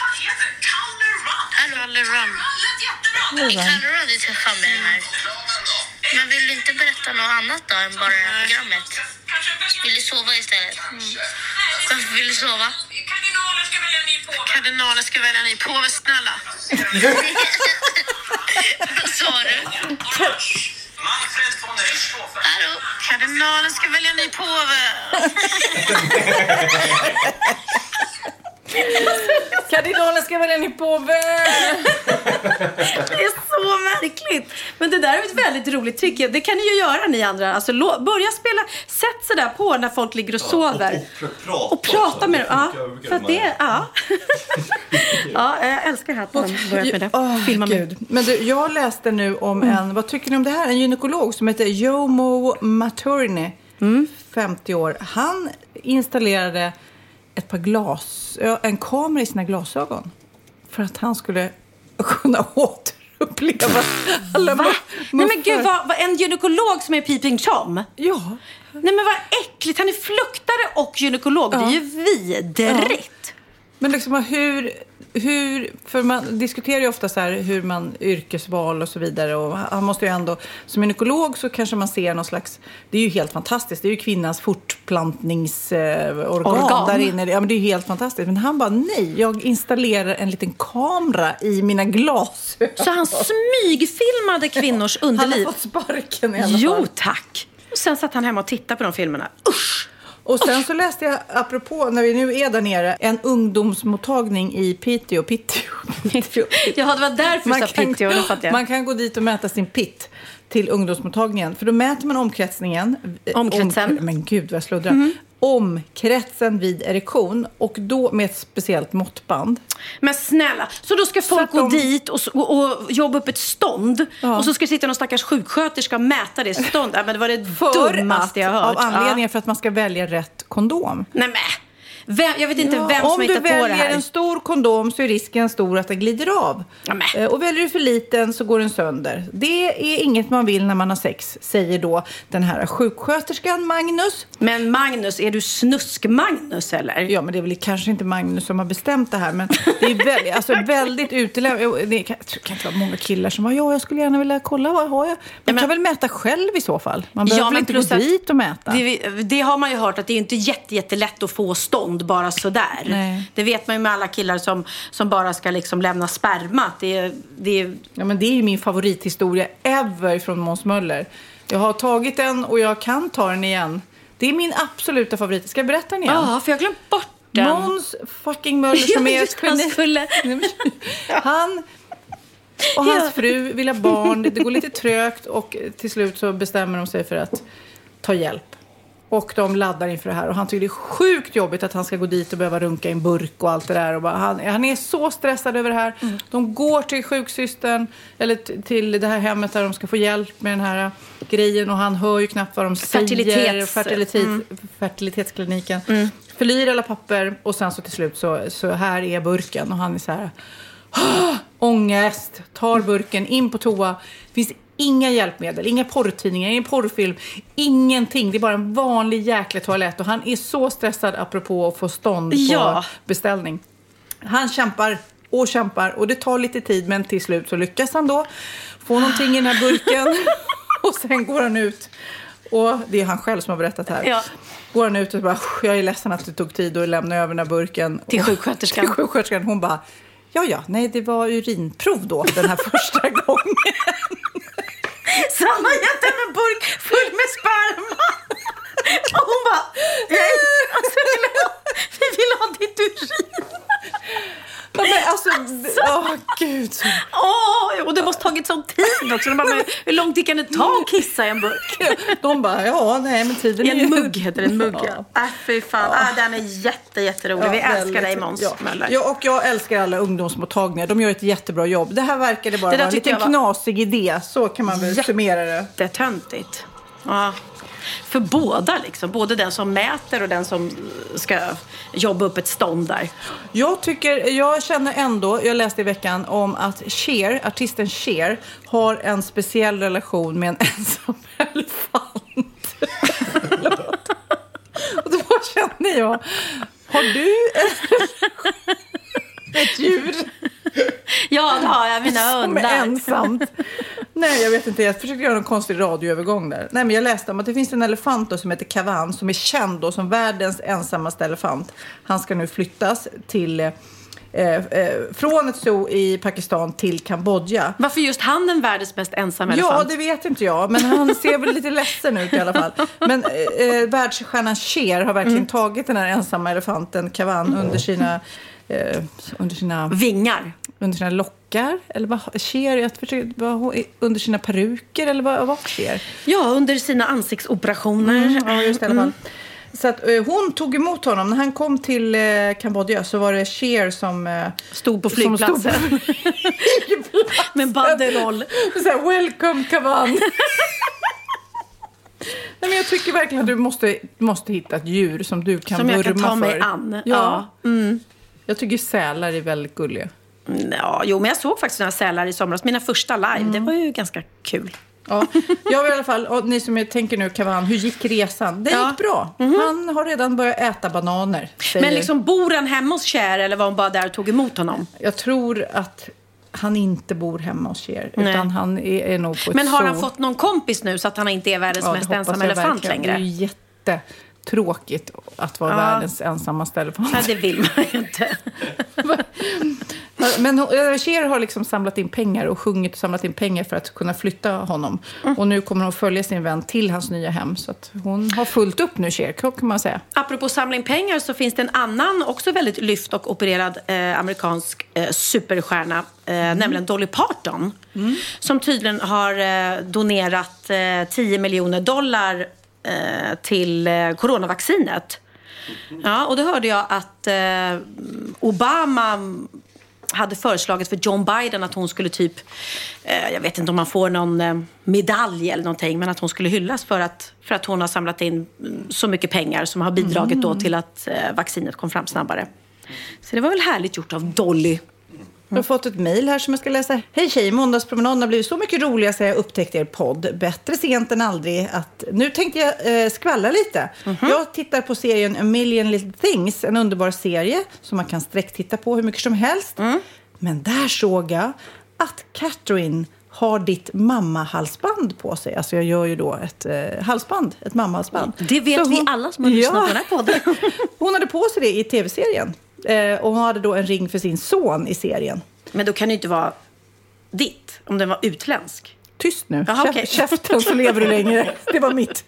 Kalle Run. Kalle Run är tuffa med den här. Men vill du inte berätta något annat då än bara det här programmet? Vill du sova istället? Varför vill du sova? Kardinaler ska välja ny påve, snälla. Vad sa du? Hallå? Kardinalen ska välja ny påve.
Kardinalen ska välja ny påve.
Det är så märkligt. Men det där är ett väldigt roligt trick. Det kan ni ju göra ni andra. Alltså, börja spela. Sätt sig där på när folk ligger och sover. Och prata med dem. Ja, för att det, ja. Ja, jag älskar att man börjat med det. Filma med.
Men du, jag läste nu om en, vad tycker ni om det här? En gynekolog som heter Jomo Maturni. 50 år. Han installerade ett par en kamera i sina glasögon för att han skulle kunna återuppleva alla
Nej men gud, vad en gynekolog som är Peeping Tom?
Ja.
Nej men vad äckligt, han är fluktare och gynekolog. Ja. Det är ju vidrigt. Ja.
Men liksom hur, för man diskuterar ju ofta så här hur man yrkesval och så vidare, och han måste ju ändå, som gynekolog så kanske man ser någon slags, det är ju helt fantastiskt, det är ju kvinnans fortplantningsorgan där inne, ja men det är ju helt fantastiskt, men han bara nej, jag installerar en liten kamera i mina glasögon.
Så han smygfilmade kvinnors underliv.
Han har fått sparken i alla fall.
Jo tack. Och sen satt han hemma och tittade på de filmerna. Usch!
Och sen så läste jag, apropå, när vi nu är där nere, en ungdomsmottagning i Piteå.
Ja, det var därför du sa Piteå.
Man kan gå dit och mäta sin pitt till ungdomsmottagningen. För då mäter man omkretsen. Men gud vad jag sluddrar. Omkretsen vid erektion. Och då med ett speciellt måttband.
Men snälla, så då ska folk gå dit och jobba upp ett stånd. Ja. Och så ska sitta någon stackars sjuksköterska och mäta det stånd. Ja, men det var det dummaste jag hört.
Av anledningen för att man ska välja rätt kondom.
Nej men. Jag vet inte vem som hittar på det här.
Om du väljer en stor kondom så är risken stor att den glider av. Och väljer du för liten så går den sönder. Det är inget man vill när man har sex, säger då den här sjuksköterskan Magnus.
Men Magnus, är du snusk-Magnus eller?
Ja, men det är väl kanske inte Magnus som har bestämt det här. Men det är väldigt utelämnat. Det kan inte vara många killar som jag skulle gärna vilja kolla vad har jag. Man kan väl mäta själv i så fall. Man behöver väl inte gå dit och mäta.
Det har man ju hört att det är inte jättelätt att få stånd bara sådär. Nej. Det vet man ju med alla killar som bara ska liksom lämna sperma.
Ja, men det är ju min favorithistoria ever från Måns Möller. Jag har tagit den och jag kan ta den igen. Det är min absoluta favorit. Ska jag berätta den igen?
Ja, för jag har glömt bort den.
Måns fucking Möller som är ett geni. Han och hans fru vill ha barn. Det går lite trögt och till slut så bestämmer de sig för att ta hjälp. Och de laddar inför det här. Och han tycker det är sjukt jobbigt att han ska gå dit och behöva runka i en burk och allt det där. Och bara, han är så stressad över det här. De går till sjuksystern eller till det här hemmet där de ska få hjälp med den här grejen. Och han hör ju knappt vad de säger. Fertilitetskliniken. Förlyr alla papper. Och sen så till slut så här är burken. Och han är så här, ångest. Tar burken in på toa. Finns inga hjälpmedel, inga porrtidningar, ingen porrfilm, ingenting. Det är bara en vanlig jäkla toalett. Och han är så stressad apropå att få stånd på beställning. Han kämpar och det tar lite tid, men till slut så lyckas han då få någonting i den här burken. Och sen går han ut. Och det är han själv som har berättat här. Ja. Går han ut och bara, jag är ledsen att det tog tid att lämna över den här burken.
Till sjuksköterskan.
Hon bara, nej det var urinprov då den här första gången.
Så han har gett henne en burk full med sperma. Och hon bara, nej, alltså, vi vill ha ditt urin.
Ja, men alltså, gud.
Och det måste tagit sån tid också. De bara, men hur lång tid kan det ta att kissa i en burk?
De bara, nej men tiden är
ju... En mugg heter en mugg. Fy fan, den är jätterolig. Vi älskar dig, Måns Möller.
Ja, och jag älskar alla ungdomsmottagningar. De gör ett jättebra jobb. Det här verkade bara vara en liten knasig idé. Så kan man väl summera det.
Det är töntigt. Ja. För båda liksom. Både den som mäter och den som ska jobba upp ett stånd där.
Jag känner ändå, jag läste i veckan om att artisten Cher har en speciell relation med en ensam elefant. Och då känner jag, har du ett djur?
Ja, det har jag, mina hundar.
Som är ensamt. Nej, jag vet inte. Jag försökte göra en konstig radioövergång där. Nej, men jag läste om att det finns en elefant då, som heter Kavan, som är känd då, som världens ensammaste elefant. Han ska nu flyttas till från ett zoo i Pakistan till Kambodja.
Varför just han den världens mest ensamma elefant?
Ja, det vet inte jag. Men han ser väl lite ledsen ut i alla fall. Men världsstjärnan Cher har verkligen tagit den här ensamma elefanten Kavan under sina
vingar.
Under sina lockar. Eller vad Cher? Under sina peruker? Eller vad Cher?
Ja, under sina ansiktsoperationer.
Ja, just det, i alla fall. Så att, hon tog emot honom. När han kom till Kambodja så var det Cher som
stod på flygplatsen. Med banderoll.
Så här, welcome Kavan. Nej, men jag tycker verkligen att du måste hitta ett djur som du kan vurma för.
Som jag kan ta mig an. Ja. Mm.
Jag tycker sälar är väldigt gulliga.
Ja, jo, men jag såg faktiskt några sälar i somras. Mina första live, det var ju ganska kul.
Ja, jag vill i alla fall, och ni som tänker nu, Kavan, hur gick resan? Det gick bra. Han har redan börjat äta bananer.
Men liksom, bor han hemma hos Cher eller var hon bara där och tog emot honom?
Jag tror att han inte bor hemma hos Cher. Utan han är nog på ett
Men har han fått någon kompis nu så att han inte är världens mest ensamma elefant längre?
Det är ju jättetråkigt att vara världens ensammaste elefant.
Nej, det vill man ju inte.
Men Cher har liksom samlat in pengar och sjungit och samlat in pengar för att kunna flytta honom. Och nu kommer hon följa sin vän till hans nya hem. Så att hon har fullt upp nu, Cher, kan man säga.
Apropå samla in pengar så finns det en annan, också väldigt lyft och opererad amerikansk superstjärna. Nämligen Dolly Parton. Som tydligen har donerat $10 miljoner till coronavaccinet. Ja, och då hörde jag att Obama hade föreslagit för John Biden att hon skulle typ, jag vet inte om man får någon medalj eller någonting, men att hon skulle hyllas för att hon har samlat in så mycket pengar som har bidragit då till att vaccinet kom fram snabbare. Så det var väl härligt gjort av Dolly.
Jag har fått ett mejl här som jag ska läsa. Hej tjej, måndagspromenaden har blivit så mycket roligare så jag upptäckte er podd. Bättre sent än aldrig. Nu tänkte jag skvalla lite. Jag tittar på serien A Million Little Things. En underbar serie som man kan sträcktitta på hur mycket som helst. Men där såg jag att Catherine har ditt mammahalsband på sig. Alltså jag gör ju då ett halsband, ett mammahalsband.
Det vet vi alla som har lyssnat på den här podden.
Hon hade på sig det i tv-serien. Och hon hade då en ring för sin son i serien.
Men då kan det ju inte vara ditt, om den var utländsk.
Tyst nu.
Aha, okay.
Käften så lever du längre. Det var mitt.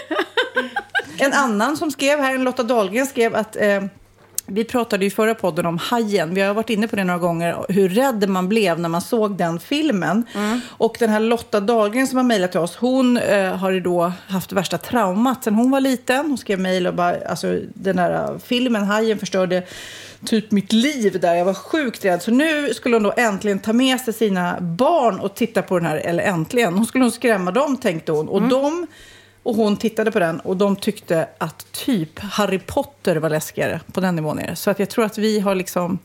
En annan som skrev här, en Lotta Dahlgren skrev att vi pratade ju i förra podden om Hajen. Vi har varit inne på det några gånger. Hur rädd man blev när man såg den filmen. Och den här Lotta Dahlgren som har mejlat till oss. Hon har ju då haft värsta traumat sen hon var liten. Hon skrev mejl och bara, alltså den där filmen Hajen förstörde typ mitt liv där. Jag var sjukt rädd. Så nu skulle hon då äntligen ta med sig sina barn och titta på den här. Eller äntligen. Hon skulle nog skrämma dem, tänkte hon. Och hon tittade på den och de tyckte att typ Harry Potter var läskigare på den nivån. Så att jag tror att vi har liksom...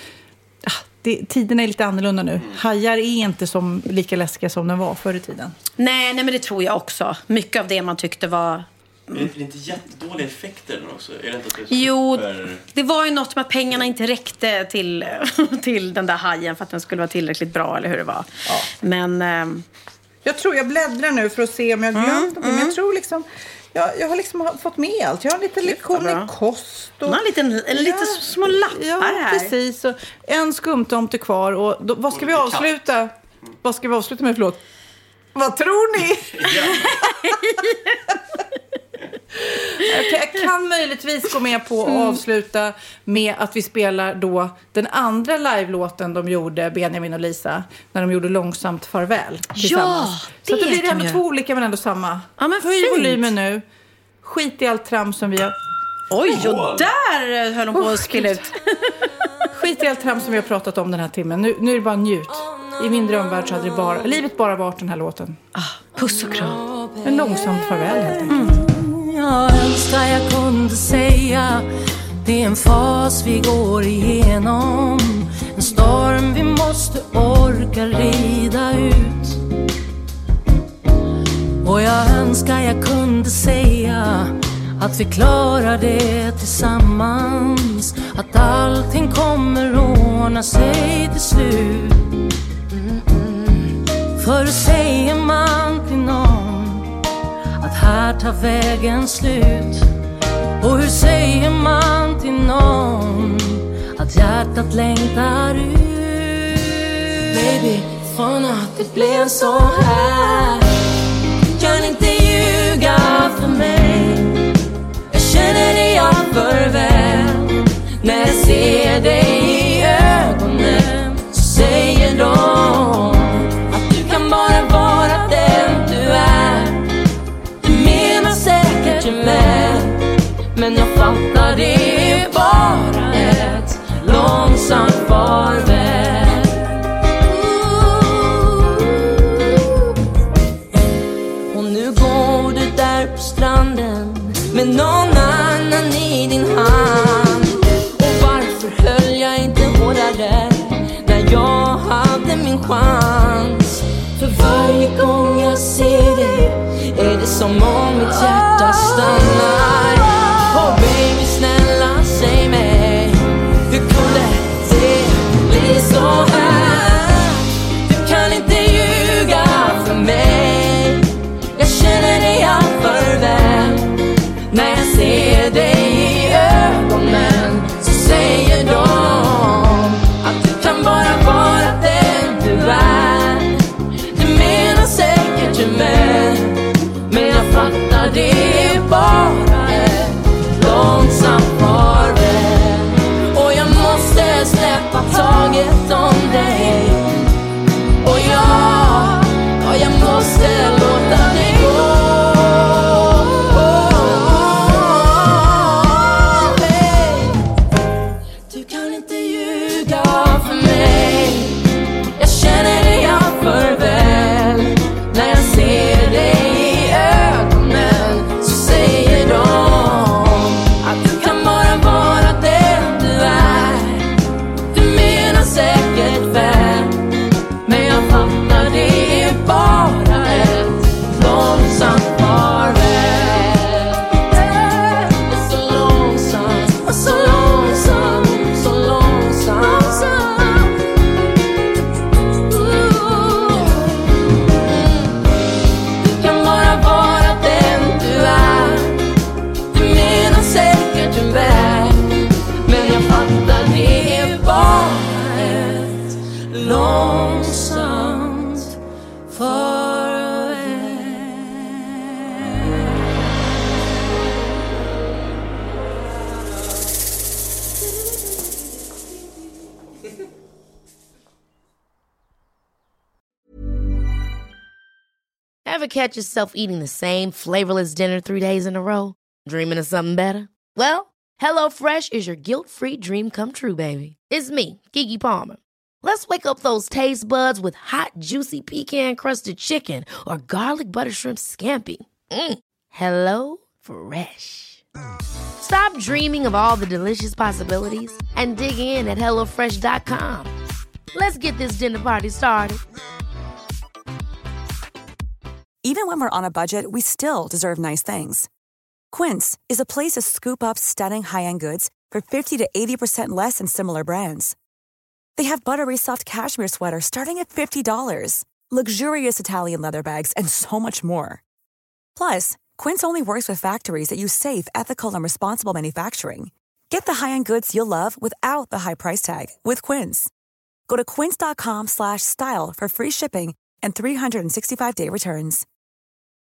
tiden är lite annorlunda nu. Hajar är inte som lika läskiga som den var förr i tiden.
Nej, men det tror jag också. Mycket av det man tyckte var...
Men det är inte jättedåliga effekter också? Är det inte att det är
jo, det var ju något med att pengarna inte räckte till den där hajen för att den skulle vara tillräckligt bra, eller hur det var. Ja. Men...
Jag tror jag bläddrar nu för att se om jag glömt något. Men jag tror liksom... Jag har liksom fått med allt. Jag har en liten lektion i kost. Och,
lite små lappar här.
Precis. Och en skumtomte kvar. Och då, vad ska vi avsluta? Vad ska vi avsluta med, förlåt? Vad tror ni? Jag kan möjligtvis gå med på att avsluta med att vi spelar då den andra live-låten de gjorde, Benjamin och Lisa, när de gjorde Långsamt farväl tillsammans. Så det blir ändå två olika men ändå samma.
Ja, men
höj volymen nu. Skit i allt tram som vi har...
Oj, och där höll de på att spilla ut.
Skit i allt tram som vi har pratat om den här timmen. Nu är det bara njut. I min drömvärld så hade livet bara varit den här låten.
Puss och kram.
En långsam farväl helt enkelt.
Jag önskar jag kunde säga det är en fas vi går igenom, en storm vi måste orka rida ut. Och jag önskar jag kunde säga att vi klarar det tillsammans, att allting kommer ordna sig till slut. För då säger man till någon att här tar vägen slut. Och hur säger man till någon att hjärtat längtar ut? Baby, från att det blev så här, kan inte ljuga för mig. Jag känner dig alltför väl. När jag ser dig i ögonen så säger de att du kan bara vara den du är. Du menar säkert ju med, men jag fattar det är bara ett långsamt farväl. Och nu går du där på stranden med någon annan i din hand. Och varför höll jag inte hårdare när jag hade min chans? För varje gång jag ser dig är det som om mitt hjärta stannar. Oh baby, snälla säg mig, hur kunde det bli så här? Du kan inte ljuga för mig. Jag känner dig alltför väl. När jag ser dig i ögonen så säger de att du kan bara vara den du är. Du menar säkert ju med, men jag fattar det är bara ett långsamt farväl. Och jag måste släppa taget om dig. Och jag måste låta dig gå. Du kan inte ljuga för mig. Jag känner dig alltför väl. När jag ser dig i ögonen så säger de att du kan bara vara den du är. Du menar säkert väl, men jag fattar det är bara ett långsamt farväl. Det är så långsamt, så långsamt, så långsamt. Du kan bara vara den du är. Du menar säkert du väl, men jag fattar det är bara ett långsamt farväl.
Ever catch yourself eating the same flavorless dinner 3 days in a row? Dreaming of something better? Well, HelloFresh is your guilt-free dream come true, baby. It's me, Keke Palmer. Let's wake up those taste buds with hot, juicy pecan-crusted chicken or garlic butter shrimp scampi. Hello Fresh. Stop dreaming of all the delicious possibilities and dig in at HelloFresh.com. Let's get this dinner party started.
Even when we're on a budget, we still deserve nice things. Quince is a place to scoop up stunning high-end goods for 50 to 80% less than similar brands. They have buttery soft cashmere sweaters starting at $50, luxurious Italian leather bags, and so much more. Plus, Quince only works with factories that use safe, ethical, and responsible manufacturing. Get the high-end goods you'll love without the high price tag with Quince. Go to quince.com/style for free shipping and 365-day returns.